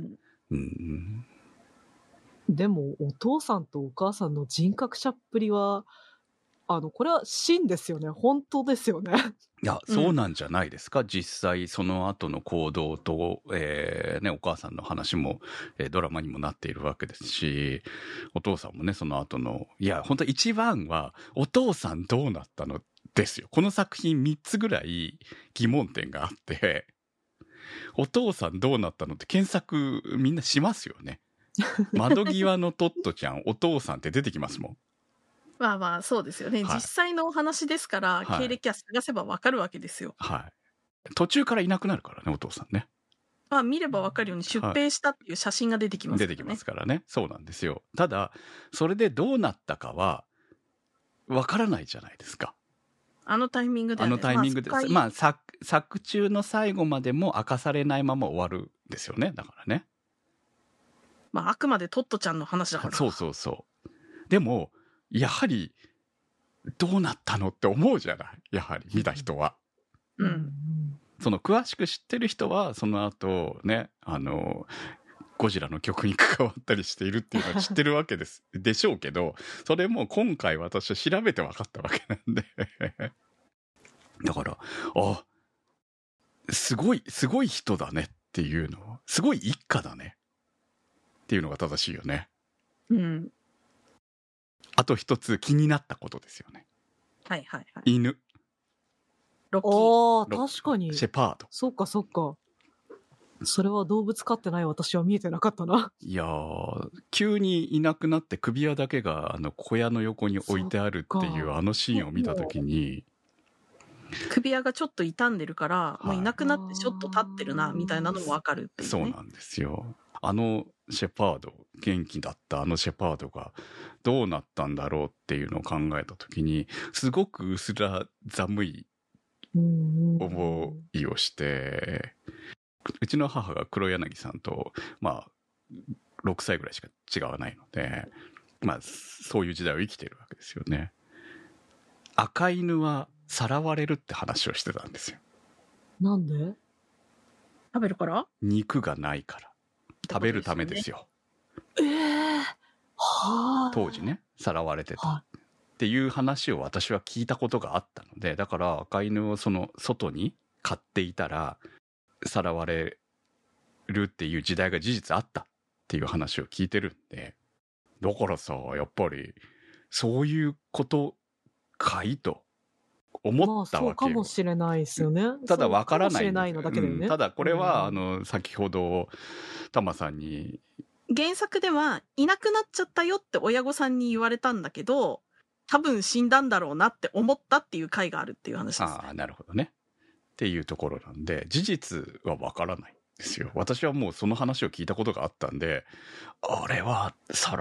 でもお父さんとお母さんの人格者っぷりはこれは真ですよね。本当ですよね。 いや、そうなんじゃないですか。実際その後の行動と、お母さんの話も、ドラマにもなっているわけですし、お父さんもね、その後の、いや、本当一番は、お父さんどうなったのですよ。この作品3つぐらい疑問点があって、お父さんどうなったのって検索みんなしますよね。窓際のトットちゃん、お父さんって出てきますもん。 そうですよね、実際のお話ですから、経歴は探せばわかるわけですよ。 途中からいなくなるからね、お父さんね。 見ればわかるように出兵したっていう写真が出てきますからね。 出てきますからね。そうなんですよ。ただそれでどうなったかはわからないじゃないですか。 あのタイミングで、 作中の最後までも明かされないまま終わるんですよね。だからね。 あくまでトットちゃんの話だから。 そうでもやはりどうなったのって思うじゃない、やはり見た人は。その詳しく知ってる人はその後ね、ゴジラの曲に関わったりしているっていうのは知ってるわけですでしょうけど、それも今回私は調べて分かったわけなんでだからすごい人だねっていうのは、すごい一家だねっていうのが正しいよね。あと一つ気になったことですよね。犬。 ロッキー。 確かに。 シェパード。 そっか。それは動物飼ってない私は見えてなかったな。 いやー、急にいなくなって首輪だけが小屋の横に置いてあるっていうシーンを見たときに、 首輪がちょっと傷んでるから、もういなくなってちょっと経ってるなみたいなのもわかるっていうね。 そうなんですよ。シェパード、元気だったシェパードがどうなったんだろうっていうのを考えたときに、すごく薄ら寒い思いをして、うちの母が黒柳さんと6歳ぐらいしか違わないので、そういう時代を生きてるわけですよね。赤犬はさらわれるって話をしてたんですよ。 なんで？ 食べるから？ 肉がないから。食べるためですよ。当時ね、さらわれてたっていう話を私は聞いたことがあったので、だから赤犬をその外に飼っていたらさらわれるっていう時代が事実あったっていう話を聞いてるんで、だからさ、やっぱりそういうことかいと思ったわけよ。 そうかもしれないですよね。 ただ分からない。ただこれは、先ほどタマさんに原作ではいなくなっちゃったよって親御さんに言われたんだけど、多分死んだんだろうなって思ったっていう回があるっていう話ですね。 なるほどね。っていうところなんで、事実は分からない。 ですよ。私はもうその話を聞いたことがあったんで、あれは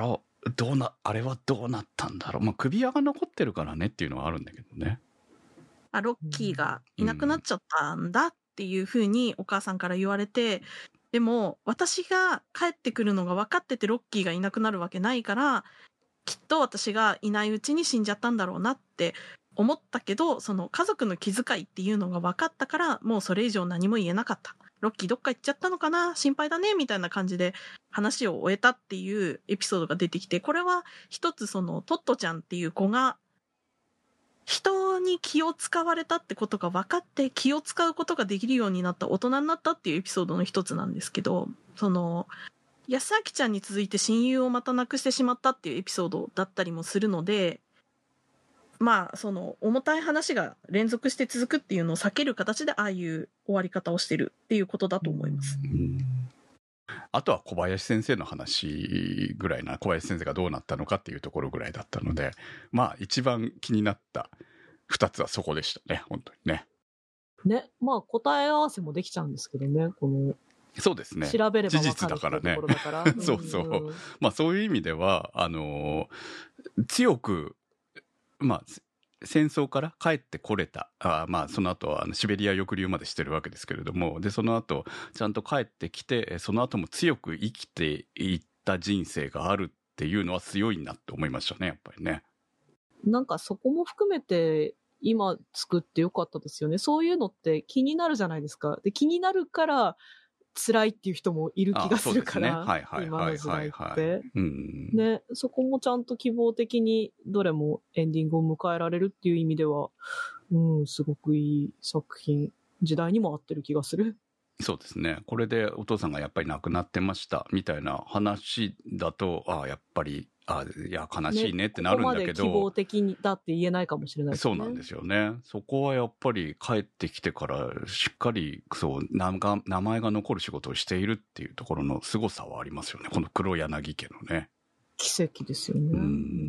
どうなったんだろう。まあ首輪が残ってるからねっていうのはあるんだけどね。 ロッキーがいなくなっちゃったんだっていうふうにお母さんから言われて、でも私が帰ってくるのが分かっててロッキーがいなくなるわけないから、きっと私がいないうちに死んじゃったんだろうなって思ったけど、その家族の気遣いっていうのが分かったから、もうそれ以上何も言えなかった。ロッキーどっか行っちゃったのかな、心配だねみたいな感じで話を終えたっていうエピソードが出てきて、これは一つそのトットちゃんっていう子が人に気を使われたってことが分かって気を使うことができるようになった大人になったっていうエピソードの一つなんですけど、その安明ちゃんに続いて親友をまた亡くしてしまったっていうエピソードだったりもするので、まあその重たい話が連続して続くっていうのを避ける形でああいう終わり方をしてるっていうことだと思います。 あとは小林先生の話ぐらいな、小林先生がどうなったのかっていうところぐらいだったので、まあ一番気になった2つはそこでしたね、本当にね。 ね、まあ答え合わせもできちゃうんですけどね、この。 そうですね。 調べれば分かる事実だからね。そうそう。まあそういう意味では、強く、まあ、戦争から帰ってこれた。まあその後はシベリア抑留までしてるわけですけれども、で、その後、ちゃんと帰ってきて、その後も強く生きていった人生があるっていうのは強いなって思いましたね、やっぱりね。 なんかそこも含めて、今作ってよかったですよね。そういうのって気になるじゃないですか。で、気になるから、辛いっていう人もいる気がするから、今の時代って。ね、そこもちゃんと希望的にどれもエンディングを迎えられるっていう意味では、すごくいい作品、時代にも合ってる気がする。 そうですね。これでお父さんがやっぱり亡くなってましたみたいな話だと、やっぱり、いや悲しいねってなるんだけど、ね、ここまで希望的だって言えないかもしれないですね。 そうなんですよね。そこはやっぱり帰ってきてからしっかりそう名前が残る仕事をしているっていうところの凄さはありますよね。この黒柳家のね。 奇跡ですよね。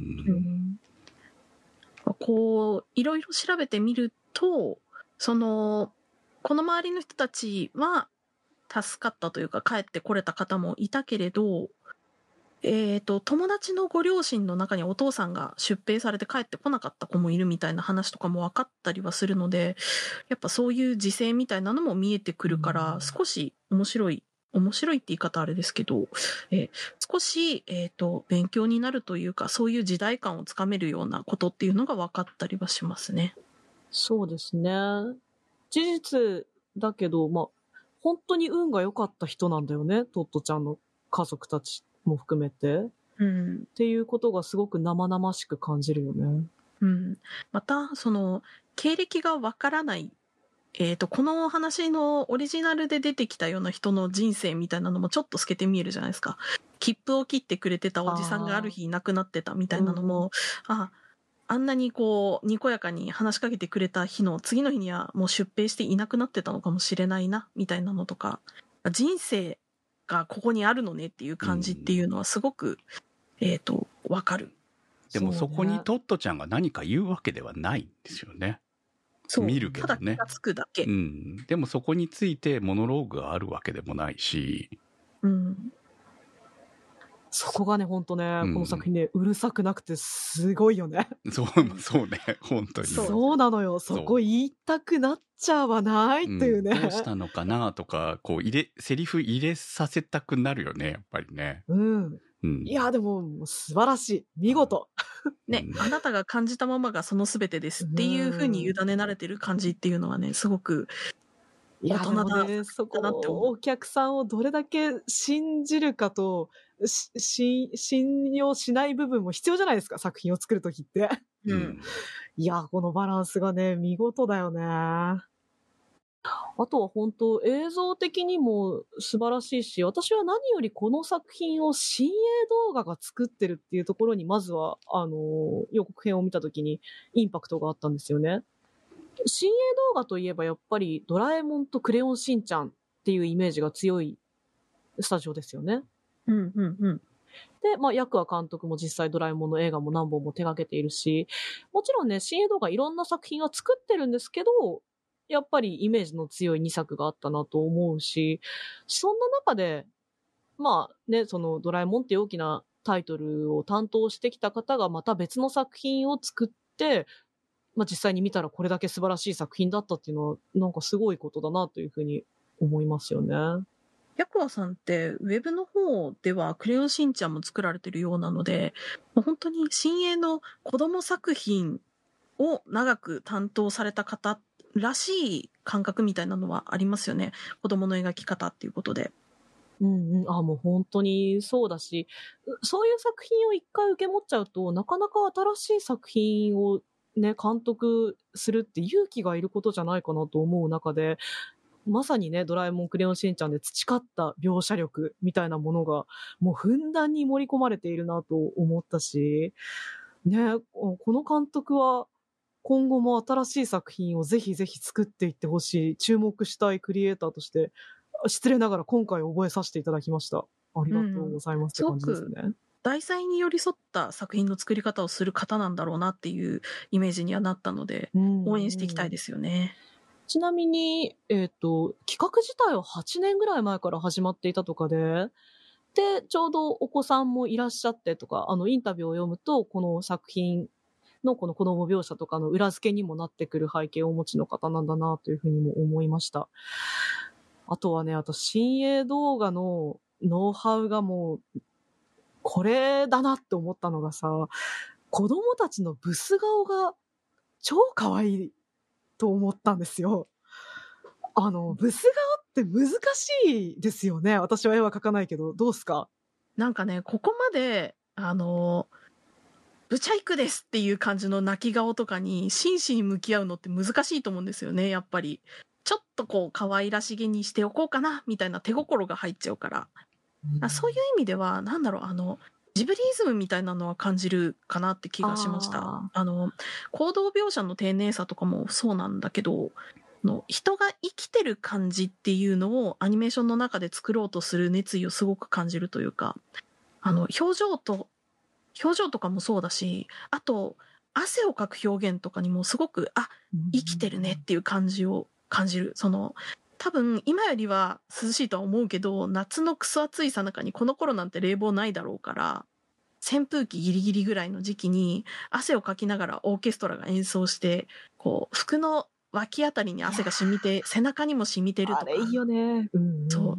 こういろいろ調べてみると、この周りの人たちは助かったというか帰ってこれた方もいたけれど、友達のご両親の中にお父さんが出兵されて帰ってこなかった子もいるみたいな話とかも分かったりはするので、やっぱそういう時勢みたいなのも見えてくるから、少し面白いって言い方あれですけど、少し、勉強になるというか、そういう時代感をつかめるようなことっていうのが分かったりはしますね。 そうですね。事実だけど、まあ、本当に運が良かった人なんだよね、トットちゃんの家族たちも含めて、っていうことがすごく生々しく感じるよね。 またその経歴がわからない、この話のオリジナルで出てきたような人の人生みたいなのもちょっと透けて見えるじゃないですか。切符を切ってくれてたおじさんがある日いなくなってたみたいなのも、あんなにこうにこやかに話しかけてくれた日の次の日にはもう出兵していなくなってたのかもしれないなみたいなのとか、人生がここにあるのねっていう感じっていうのはすごく、わかる。 でもそこにトットちゃんが何か言うわけではないんですよね。見るけどね。 ただ気がつくだけ。 でもそこについてモノローグがあるわけでもないし。 そこがね、ほんとね、この作品ね、うるさくなくてすごいよね。 そうね、本当に。 そうなのよ。そこ言いたくなっちゃわないっていうね。 どうしたのかなとか、こうセリフ入れさせたくなるよね、やっぱりね。 いや、でも素晴らしい。見事。 ね、あなたが感じたままがその全てですっていう風に委ねられてる感じっていうのはね、すごく大人だなって思う。 そこお客さんをどれだけ信じるかと、信用しない部分も必要じゃないですか、作品を作るときって。いや、このバランスがね、見事だよね。あとは本当映像的にも素晴らしいし、私は何よりこの作品を新鋭動画が作ってるっていうところにまずは予告編を見た時にインパクトがあったんですよね。新鋭動画といえばやっぱりドラえもんとクレヨンしんちゃんっていうイメージが強いスタジオですよね。で、まあ、ヤクワ監督も実際ドラえもんの映画も何本も手掛けているし、もちろんね、新鋭動画いろんな作品は作ってるんですけど、 やっぱりイメージの強い2作があったなと思うし、そんな中で、まあね、そのドラえもんっていう大きなタイトルを担当してきた方がまた別の作品を作って、まあ実際に見たらこれだけ素晴らしい作品だったっていうのは、なんかすごいことだなというふうに思いますよね。 白亜さんってウェブの方ではクレヨンしんちゃんも作られてるようなので、本当に新鋭の子供作品を長く担当された方らしい感覚みたいなのはありますよね。子供の描き方っていうことで。 うんうん。もう本当にそうだし、そういう作品を一回受け持っちゃうと、なかなか新しい作品をね、監督するって勇気がいることじゃないかなと思う中で、まさにね、ドラえもんクレヨンしんちゃんで培った描写力みたいなものが、もうふんだんに盛り込まれているなと思ったし、ね、この監督は、今後も新しい作品をぜひぜひ作っていってほしい、注目したいクリエイターとして、失礼ながら今回覚えさせていただきました。ありがとうございますって感じですね。 題材に寄り添った作品の作り方をする方なんだろうなっていうイメージにはなったので、応援していきたいですよね。 ちなみに、企画自体は8年ぐらい前から始まっていたとかで、ちょうどお子さんもいらっしゃってとか、インタビューを読むと、この作品のこの子供描写とかの裏付けにもなってくる背景をお持ちの方なんだなというふうにも思いました。あとはね、新鋭動画のノウハウがもう、これだなって思ったのがさ、子供たちのブス顔が超可愛いと思ったんですよ。ブス顔って難しいですよね。私は絵は描かないけど、どうすか？ なんかね、ここまで、ブチャイクですっていう感じの泣き顔とかに真摯に向き合うのって難しいと思うんですよね、やっぱり。ちょっとこう可愛らしげにしておこうかなみたいな手心が入っちゃうから、そういう意味ではなんだろう、ジブリイズムみたいなのは感じるかなって気がしました。行動描写の丁寧さとかもそうなんだけど、人が生きてる感じっていうのをアニメーションの中で作ろうとする熱意をすごく感じるというか、表情とかもそうだし、あと汗をかく表現とかにもすごく生きてるねっていう感じを感じる。多分今よりは涼しいとは思うけど、夏のクソ暑いさなかにこの頃なんて冷房ないだろうから、扇風機ギリギリぐらいの時期に汗をかきながらオーケストラが演奏して、こう服の脇あたりに汗が染みて背中にも染みてるとか。 あれいいよね。 そう。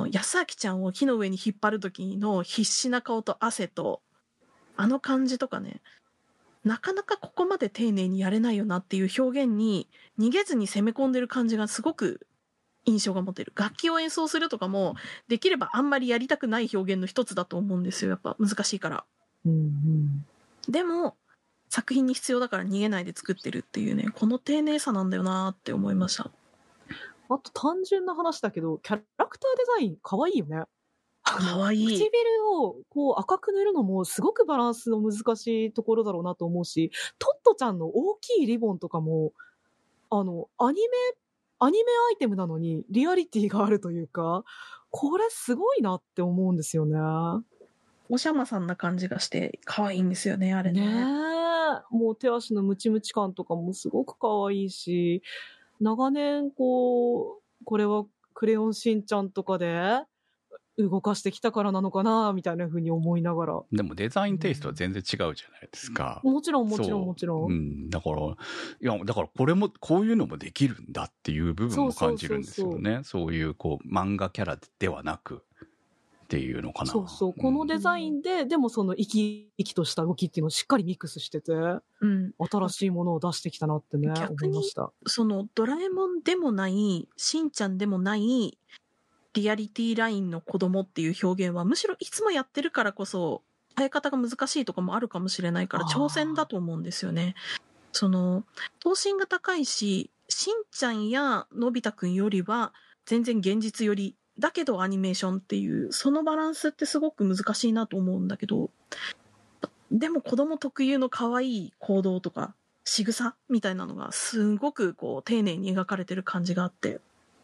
安明ちゃんを木の上に引っ張る時の必死な顔と汗と感じとかね、なかなかここまで丁寧にやれないよなっていう表現に逃げずに攻め込んでる感じがすごく印象が持てる。楽器を演奏するとかもできればあんまりやりたくない表現の一つだと思うんですよ。やっぱ難しいから。でも作品に必要だから逃げないで作ってるっていうね、この丁寧さなんだよなって思いました。 あと単純な話だけど、キャラクターデザイン可愛いよね。 可愛い。 唇をこう赤く塗るのもすごくバランスの難しいところだろうなと思うし、トットちゃんの大きいリボンとかも、アニメアイテムなのにリアリティがあるというか、これすごいなって思うんですよね。 おしゃまさんな感じがして可愛いんですよね、あれね。 ねえ。もう手足のムチムチ感とかもすごく可愛いし、長年これはクレヨンしんちゃんとかで動かしてきたからなのかなみたいな風に思いながら。 でもデザインテイストは全然違うじゃないですか。 もちろん。 だからこれもこういうのもできるんだっていう部分も感じるんですよね。そういう漫画キャラではなくっていうのかな。 このデザインで、でもその生き生きとした動きっていうのをしっかりミックスしてて、新しいものを出してきたなってね、思いました。 ドラえもんでもないしんちゃんでもないリアリティラインの子供っていう表現はむしろいつもやってるからこそ変え方が難しいとかもあるかもしれないから挑戦だと思うんですよね。等身が高いし、しんちゃんやのび太くんよりは全然現実よりだけどアニメーションっていうそのバランスってすごく難しいなと思うんだけど、でも子供特有の可愛い行動とか仕草みたいなのがすごく丁寧に描かれてる感じがあって、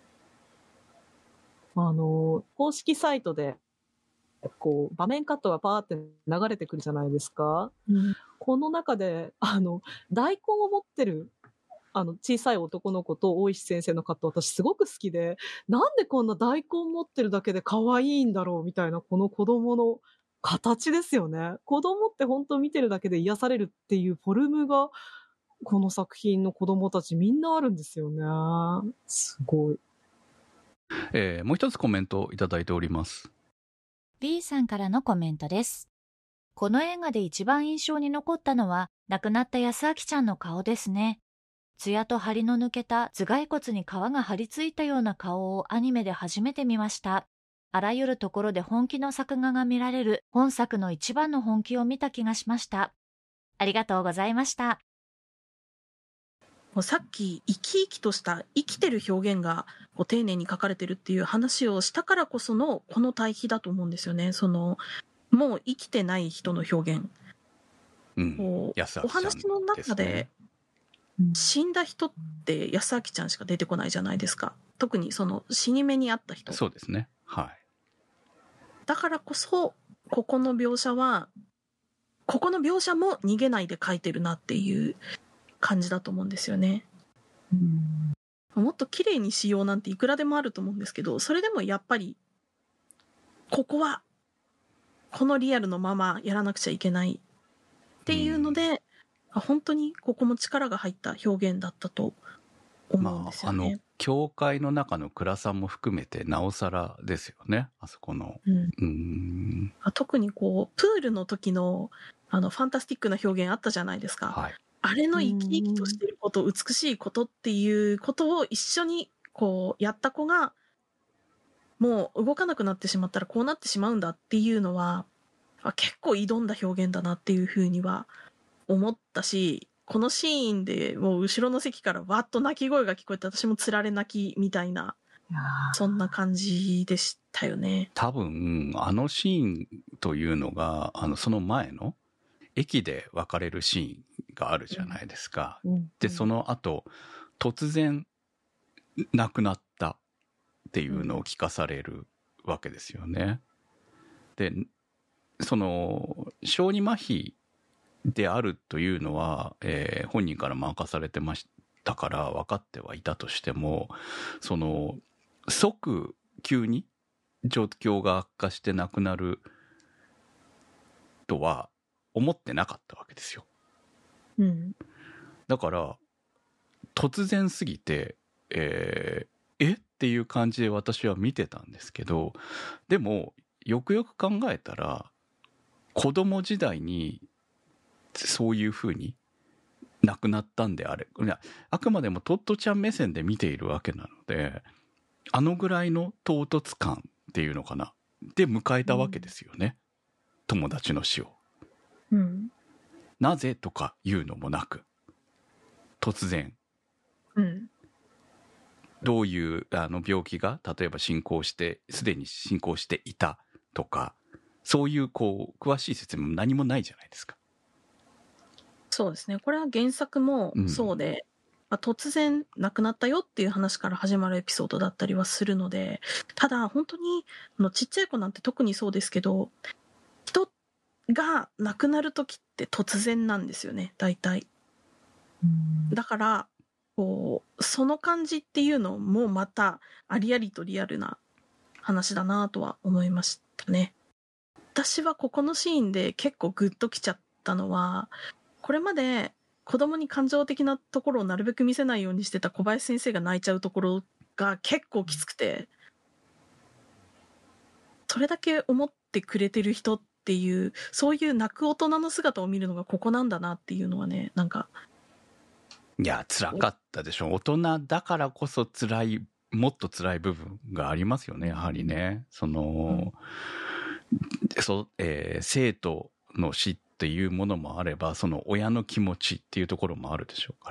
公式サイトで場面カットがパーって流れてくるじゃないですか。この中で大根を持ってる小さい男の子と大石先生の葛藤、私すごく好きで、なんでこんな大根持ってるだけで可愛いんだろうみたいな、この子供の形ですよね。子供って本当見てるだけで癒されるっていうフォルムが、この作品の子供たちみんなあるんですよね。すごい。 もう一つコメントをいただいております。 B さんからのコメントです。この映画で一番印象に残ったのは亡くなった安明ちゃんの顔ですね。艶と張りの抜けた頭蓋骨に皮が張り付いたような顔をアニメで初めて見ました。あらゆるところで本気の作画が見られる本作の一番の本気を見た気がしました。ありがとうございました。 もうさっき生き生きとした生きてる表現がこう丁寧に書かれてるっていう話をしたからこそのこの対比だと思うんですよね。もう生きてない人の表現、 お話の中で死んだ人って安明ちゃんしか出てこないじゃないですか。特に死に目にあった人。 そうですね。はい。 だからこそここの描写も逃げないで書いてるなっていう感じだと思うんですよね。もっと綺麗にしようなんていくらでもあると思うんですけど、それでもやっぱりここはこのリアルのままやらなくちゃいけないっていうので、本当にここも力が入った表現だったと思うんですよね。 教会の中の暗さも含めてなおさらですよね、あそこの。 特にプールの時のファンタスティックな表現あったじゃないですか。 はい、 あれの生き生きとしていること、美しいことっていうことを一緒にやった子が、もう動かなくなってしまったらこうなってしまうんだっていうのは、結構挑んだ表現だなっていうふうには思ったし、このシーンでもう後ろの席からわっと泣き声が聞こえて、私もつられ泣きみたいな、そんな感じでしたよね。 多分あのシーンというのがその前の駅で別れるシーンがあるじゃないですか。でその後突然亡くなったっていうのを聞かされるわけですよね。で小児麻痺であるというのは、本人からも明かされてましたから分かってはいたとしても、即急に状況が悪化して亡くなるとは思ってなかったわけですよ。だから突然すぎて、っていう感じで私は見てたんですけど、でもよくよく考えたら子供時代にそういう風に亡くなったんであれ、あくまでもトットちゃん目線で見ているわけなので、あのぐらいの唐突感っていうのかなで迎えたわけですよね、友達の死を。なぜとかいうのもなく、突然、どういう病気が例えばすでに進行していたとか、そういう詳しい説明も何もないじゃないですか。 そうですね。これは原作もそうで、突然亡くなったよっていう話から始まるエピソードだったりはするので、ただ本当にちっちゃい子なんて特にそうですけど、人が亡くなる時って突然なんですよね、大体。だからその感じっていうのもまたありありとリアルな話だなとは思いましたね。私はここのシーンで結構グッときちゃったのは、これまで子供に感情的なところをなるべく見せないようにしてた小林先生が泣いちゃうところが結構きつくて、それだけ思ってくれてる人っていう、そういう泣く大人の姿を見るのがここなんだなっていうのはね、 いや辛かったでしょう。大人だからこそもっと辛い部分がありますよね、やはりね。生徒の死っていうものもあれば、その親の気持ちっていうところもあるでしょうから、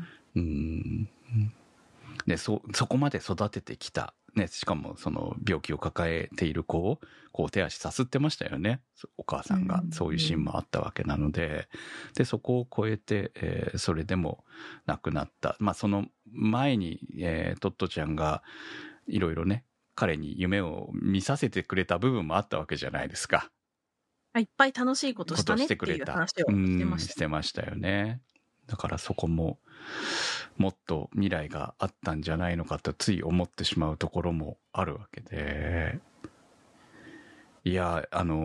でそこまで育ててきた、ね、しかもその病気を抱えている子を手足さすってましたよね、お母さんが。そういうシーンもあったわけなので、そこを超えて、それでも亡くなった。その前に、トットちゃんがいろいろね、彼に夢を見させてくれた部分もあったわけじゃないですか。 いっぱい楽しいことしたねっていう話をしてました。 してましたよね。 だからそこももっと未来があったんじゃないのかとつい思ってしまうところもあるわけで、いや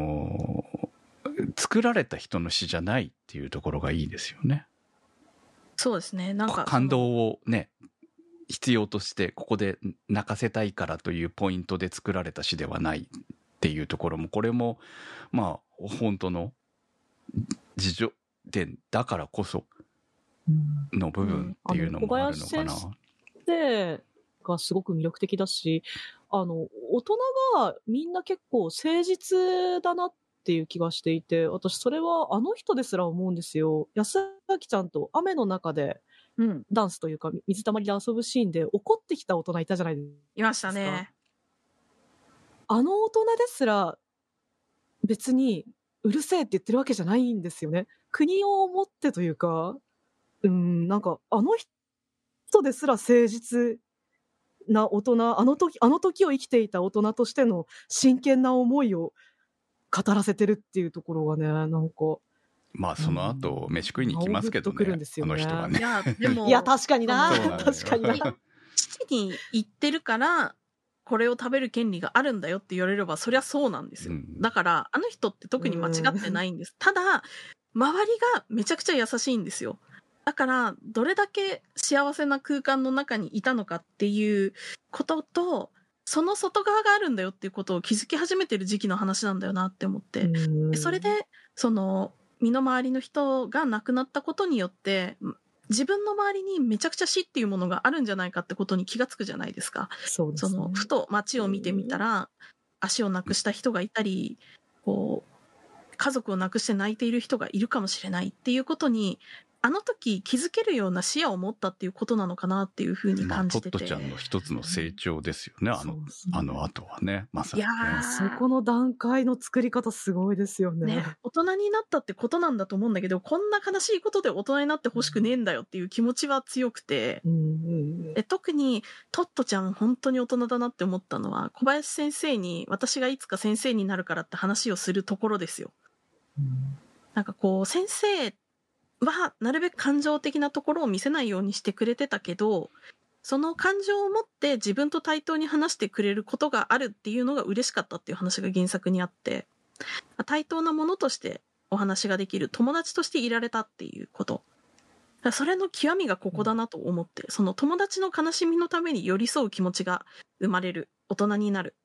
作られた人の詩じゃないっていうところがいいですよね。 そうですね。なんか感動をね必要としてここで泣かせたいからというポイントで作られた詩ではないっていうところも、これもまあ本当の自叙伝だからこその部分っていうのもあるのかな。 小林先生がすごく魅力的だし、大人がみんな結構誠実だなっていう気がしていて、私それはあの人ですら思うんですよ。安明ちゃんと雨の中でダンスというか水たまりで遊ぶシーンで怒ってきた大人いたじゃないですか。 いましたね。 あの大人ですら別にうるせえって言ってるわけじゃないんですよね。国を思ってというか、なんかあの人ですら誠実な大人、あの時を生きていた大人としての真剣な思いを語らせてるっていうところがね、なんかまあその後飯食いに行きますけどね、あの人はね。 いやでもいや確かにな、確かにな。 父に言ってるからこれを食べる権利があるんだよって言われればそりゃそうなんですよ。だからあの人って特に間違ってないんです。ただ周りがめちゃくちゃ優しいんですよ。だからどれだけ幸せな空間の中にいたのかっていうことと、その外側があるんだよっていうことを気づき始めてる時期の話なんだよなって思って、でそれでその身の回りの人が亡くなったことによって自分の周りにめちゃくちゃ死っていうものがあるんじゃないかってことに気がつくじゃないですか。 そうですね。 そのふと街を見てみたら足をなくした人がいたり、こう家族を亡くして泣いている人がいるかもしれないっていうことにあの時気づけるような視野を持ったっていうことなのかなっていうふうに感じてて、 トットちゃんの一つの成長ですよね、あの後はね、まさにね。 いやそこの段階の作り方すごいですよね。 大人になったってことなんだと思うんだけど、こんな悲しいことで大人になってほしくねえんだよっていう気持ちは強くて、特にトットちゃん本当に大人だなって思ったのは、小林先生に私がいつか先生になるからって話をするところですよ。なんかこう先生はなるべく感情的なところを見せないようにしてくれてたけど、その感情を持って自分と対等に話してくれることがあるっていうのが嬉しかったっていう話が原作にあって、対等なものとしてお話ができる、友達としていられたっていうこと、それの極みがここだなと思って、その友達の悲しみのために寄り添う気持ちが生まれる、大人になる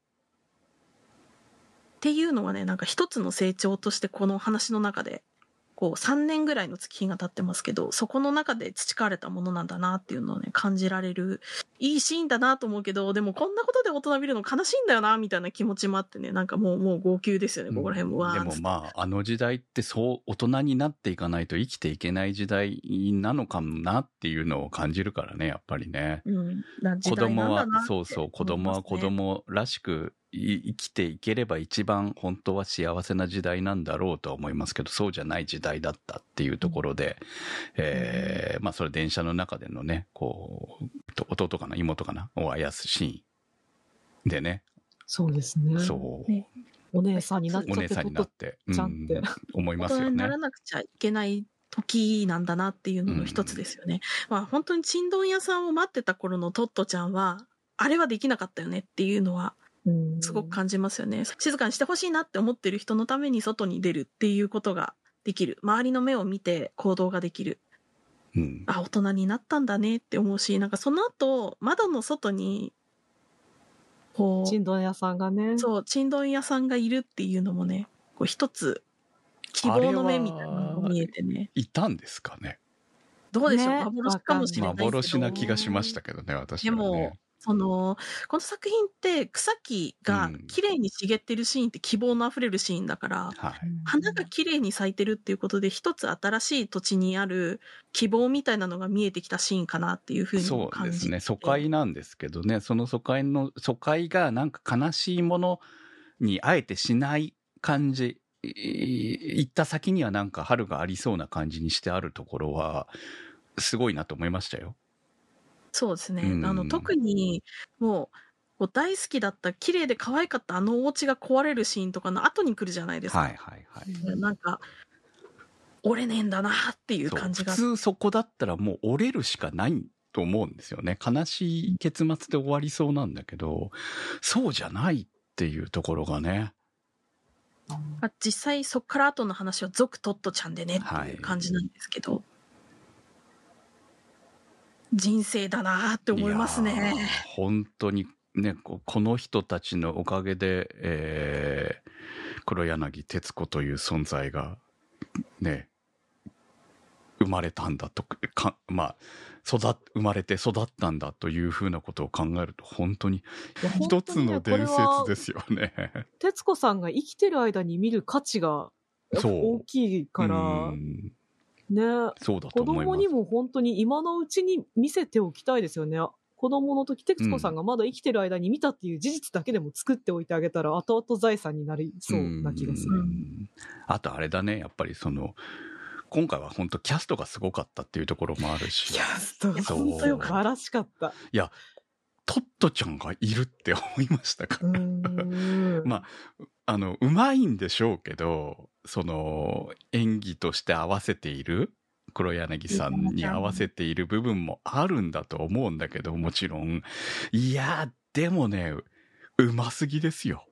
っていうのはね、なんか一つの成長としてこの話の中でこう3年ぐらいの月日が経ってますけど、そこの中で培われたものなんだなっていうのをね感じられるいいシーンだなと思うけど、でもこんなことで大人見るの悲しいんだよなみたいな気持ちもあってね、なんかもう号泣ですよね、ここら辺も。 でもまああの時代ってそう大人になっていかないと生きていけない時代なのかもなっていうのを感じるからね、やっぱりね。子供はそうそう、子供は子供らしく生きていければ一番本当は幸せな時代なんだろうとは思いますけど、そうじゃない時代だったっていうところで、まあそれ電車の中でのね、こう弟かな妹かなをあやすシーンでね。 そうですね。 そう、 ね、お姉さんになっちゃって、 お姉さんになってちゃんって思いますよね。 大人にならなくちゃいけない時なんだなっていうのの一つですよね。まあ本当にちんどん屋さんを待ってた頃のトットちゃんはあれはできなかったよねっていうのはすごく感じますよね。静かにしてほしいなって思ってる人のために外に出るっていうことができる、周りの目を見て行動ができる、大人になったんだねって思うし、なんかその後窓の外にこうちんどん屋さんがね、 そうちんどん屋さんがいるっていうのもね、こう一つ希望の目みたいなのが見えてね。 いたんですかね。 どうでしょう、幻かもしれないけど。 幻な気がしましたけどね、私はね。 でもこの作品って草木が綺麗に茂ってるシーンって希望のあふれるシーンだから、花が綺麗に咲いてるっていうことで一つ新しい土地にある希望みたいなのが見えてきたシーンかなっていうふうに感じて。 そうですね、疎開なんですけどね、その疎開がなんか悲しいものにあえてしない感じ、行った先にはなんか春がありそうな感じにしてあるところはすごいなと思いましたよ。 そうですね、特にもう大好きだった綺麗で可愛かったあのお家が壊れるシーンとかの後に来るじゃないですか。なんか折れねえんだなっていう感じが。 普通そこだったらもう折れるしかないと思うんですよね。悲しい結末で終わりそうなんだけど、そうじゃないっていうところがね。 実際そっから後の話は続トットちゃんでねっていう感じなんですけど、人生だなって思いますね。 本当にね、この人たちのおかげで、黒柳徹子という存在がね、生まれたんだとまあ生まれて育ったんだというふうなことを考えると本当に一つの伝説ですよね。 徹子さんが生きてる間に見る価値が大きいからね、 そうだと思います。 子供にも本当に今のうちに見せておきたいですよね。子供の時、徹子さんがまだ生きてる間に見たっていう事実だけでも作っておいてあげたら後々財産になりそうな気がする。 あとあれだね、やっぱり今回は本当キャストがすごかったっていうところもあるし。 キャストが本当よ素晴らしかった。 いや、トットちゃんがいるって思いましたから。まあ、うまいんでしょうけど、演技として合わせている、黒柳さんに合わせている部分もあるんだと思うんだけど、もちろん。いや、でもね、うますぎですよ。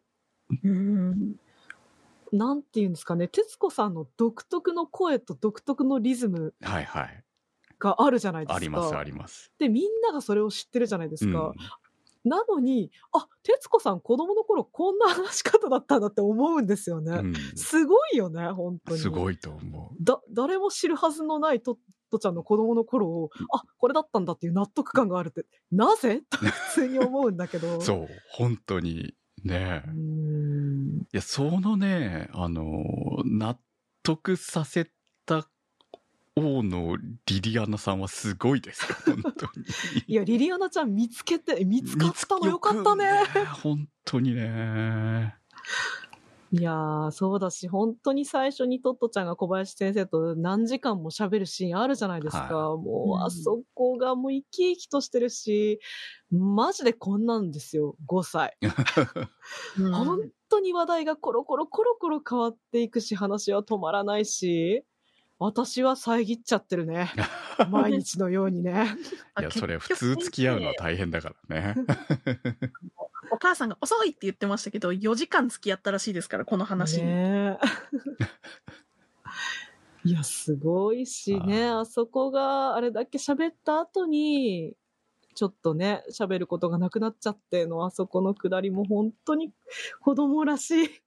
なんていうんですかね、徹子さんの独特の声と独特のリズムがあるじゃないですか。 ありますあります。 で、みんながそれを知ってるじゃないですか。なのに、徹子さん子供の頃こんな話し方だったんだって思うんですよね。すごいよね、本当に。 すごいと思う。 誰も知るはずのないトットちゃんの子供の頃を、これだったんだっていう納得感があるって、なぜと普通に思うんだけど。 そう、本当に。ねえ。いや、ね、納得させた王のリリアナさんはすごいですよ、本当に。 いや、リリアナちゃん見つかったのよかったね。 本当にね。 いやー、そうだし、本当に最初にトットちゃんが小林先生と何時間も喋るシーンあるじゃないですか。もう、あそこがもう生き生きとしてるし、マジでこんなんですよ、5歳。本当に話題がコロコロ変わっていくし、話は止まらないし、私は遮っちゃってるね。毎日のようにね。 いや、それ普通付き合うのは大変だからね。 お母さんが遅いって言ってましたけど、4時間付き合ったらしいですから、この話に。 いや、すごいしね、あそこがあれだけ喋った後に、ちょっとね、喋ることがなくなっちゃっての、あそこのくだりも本当に子供らしい。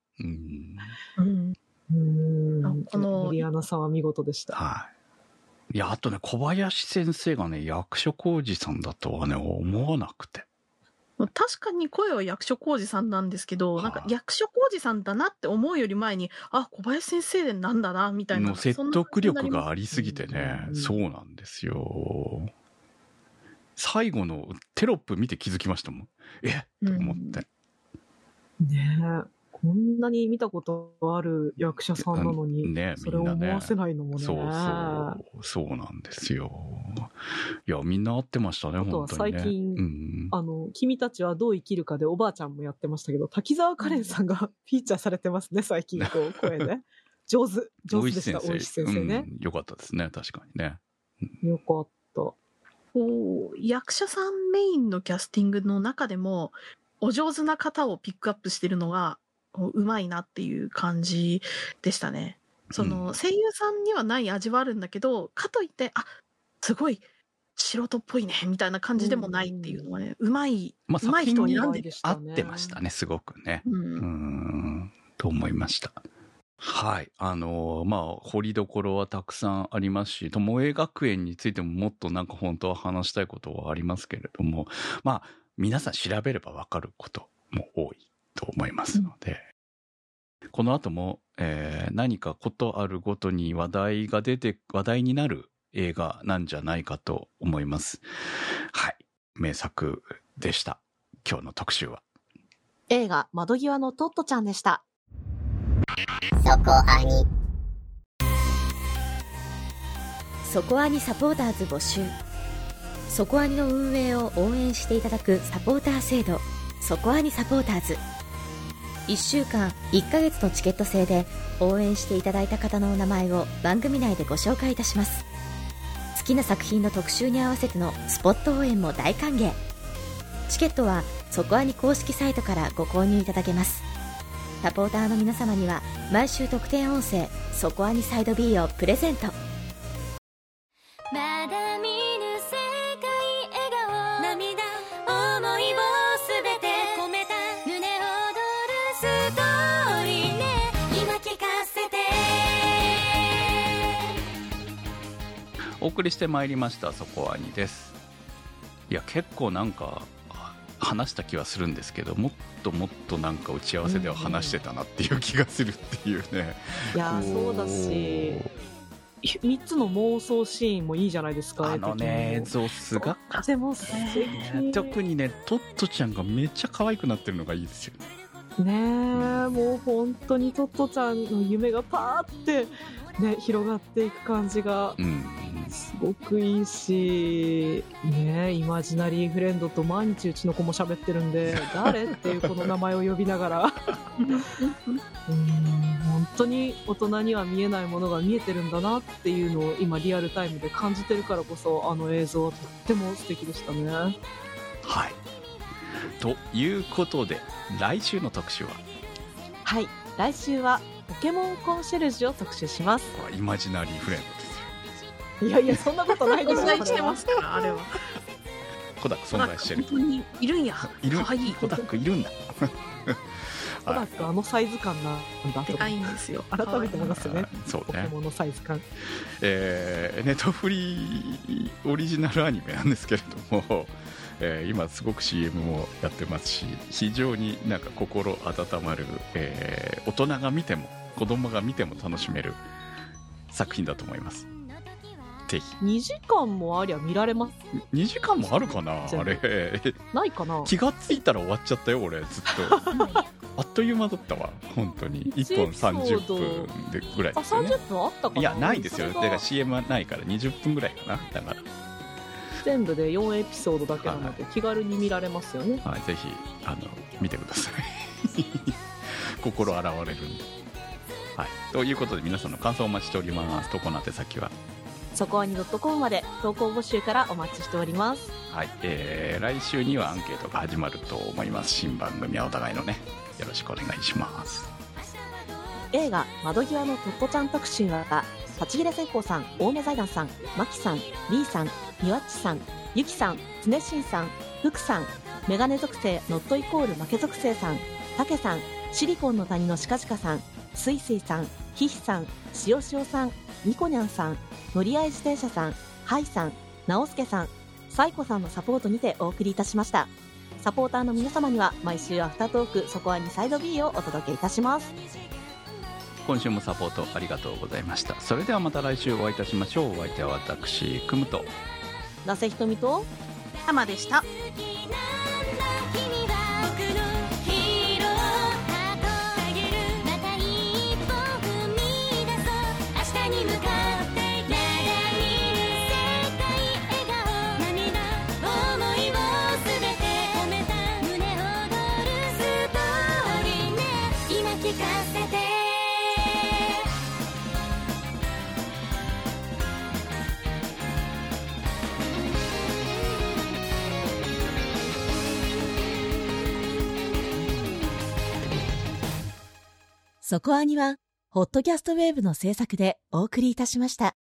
このリアナさんは見事でした。 いや、あとね、小林先生がね、役所広司さんだとはね、思わなくて。 確かに声は役所広司さんなんですけど、なんか役所広司さんだなって思うより前に、小林先生でなんだな、みたいな。 説得力がありすぎてね、そうなんですよ。最後のテロップ見て気づきましたもん。と思って。 ねえ。こんなに見たことある役者さんなのに、それを思わせないのもね。 そうなんですよ。いや、みんな合ってましたね、本当にね。あとは最近、君たちはどう生きるかでおばあちゃんもやってましたけど、滝沢カレンさんがフィーチャーされてますね、最近、声ね。上手でした、大石先生ね。 よかったですね、確かにね。 よかった。 役者さんメインのキャスティングの中でも、お上手な方をピックアップしてるのが、うまいなっていう感じでしたね。声優さんにはない味はあるんだけど、かといって、すごい素人っぽいね、みたいな感じでもないっていうのはね、うまい人を選んで合ってましたね、すごくね。と思いました。はい。掘りどころはたくさんありますし、友江学園についてももっとなんか本当は話したいことはありますけれども、皆さん調べればわかることも多いと思いますので、この後も、何かことあるごとに話題になる映画なんじゃないかと思います。はい。名作でした。今日の特集は。 映画窓際のトットちゃんでした。 そこアニサポーターズ募集。そこアニの運営を応援していただくサポーター制度、そこアニサポーターズ。 1週間1ヶ月のチケット制で応援していただいた方のお名前を番組内でご紹介いたします。好きな作品の特集に合わせてのスポット応援も大歓迎。チケットはそこアニ公式サイトからご購入いただけます。サポーターの皆様には毎週特典音声そこアニサイド B をプレゼント。 まだ見ぬ世界笑顔涙思いをすべて込めた胸躍るストーリーね今聞かせて。 お送りしてまいりましたそこアニです。いや結構なんか話した気はするんですけど、もっともっとなんか打ち合わせでは話してたなっていう気がするっていうね、 いやそうだし3つの妄想シーンもいいじゃないですか。 あのね映像すがでも素敵、 特にねトットちゃんがめっちゃ可愛くなってるのがいいですよね。もう本当にトットちゃんの夢がパーってね広がっていく感じがすごくいいし、ね、イマジナリーフレンドと毎日うちの子も喋ってるんで誰っていうこの名前を呼びながら本当に大人には見えないものが見えてるんだなっていうのを今リアルタイムで感じてるからこそあの映像はとっても素敵でしたね。 はい、ということで来週の特集は、 はい、来週はポケモンコンシェルジュを特集します。 イマジナリーフレンドですよ。 いやいやそんなことないですよ。 存在してますからあれは。 コダック存在してる。 本当にいるんや。 いる。 かわいい。 コダックいるんだ。 コダックあのサイズ感なんだとでかいんですよ。 改めて思いますよね。 そうね。 ポケモンのサイズ感。 ネトフリオリジナルアニメなんですけれども、今すごく CM もやってますし、非常になんか心温まる、大人が見ても子供が見ても楽しめる作品だと思います。ぜひ 2時間もありゃ見られます。 2時間もあるかなあれ。 ないかな。 気がついたら終わっちゃったよ俺ずっとあっという間だったわ本当に。1本30分でぐらいですよね。 30分あったかな。 いやないですよ。だから CM はないから20分ぐらいかな。だから全部で4エピソードだけなので気軽に見られますよね。 はい、ぜひ見てください心洗われるんで。はい、ということで皆さんの感想をお待ちしております。投稿の宛先はそこアニ.com まで投稿募集からお待ちしております。 はい、来週にはアンケートが始まると思います。新番組はお互いのねよろしくお願いします。 映画窓際のトットちゃん特集は立ち切れ線香さん、青梅財団さん、マキさん、リーさん、みわっちさん、ゆきさん、つねしんさん、ふくさん、メガネ属性ノットイコール負け属性さん、たけさん、シリコンの谷のしかじかさん、すいすいさん、ひひさん、しおしおさん、ニコニャンさん、乗り合い自転車さん、ハイさん、なおすけさん、サイコさんのサポートにてお送りいたしました。サポーターの皆様には毎週アフタートークそこアニサイド B をお届けいたします。 今週もサポートありがとうございました。それではまた来週お会いいたしましょう。お相手は私クムと那瀬ひとみとハマでした。 そこアニはホットキャストウェーブの制作でお送りいたしました。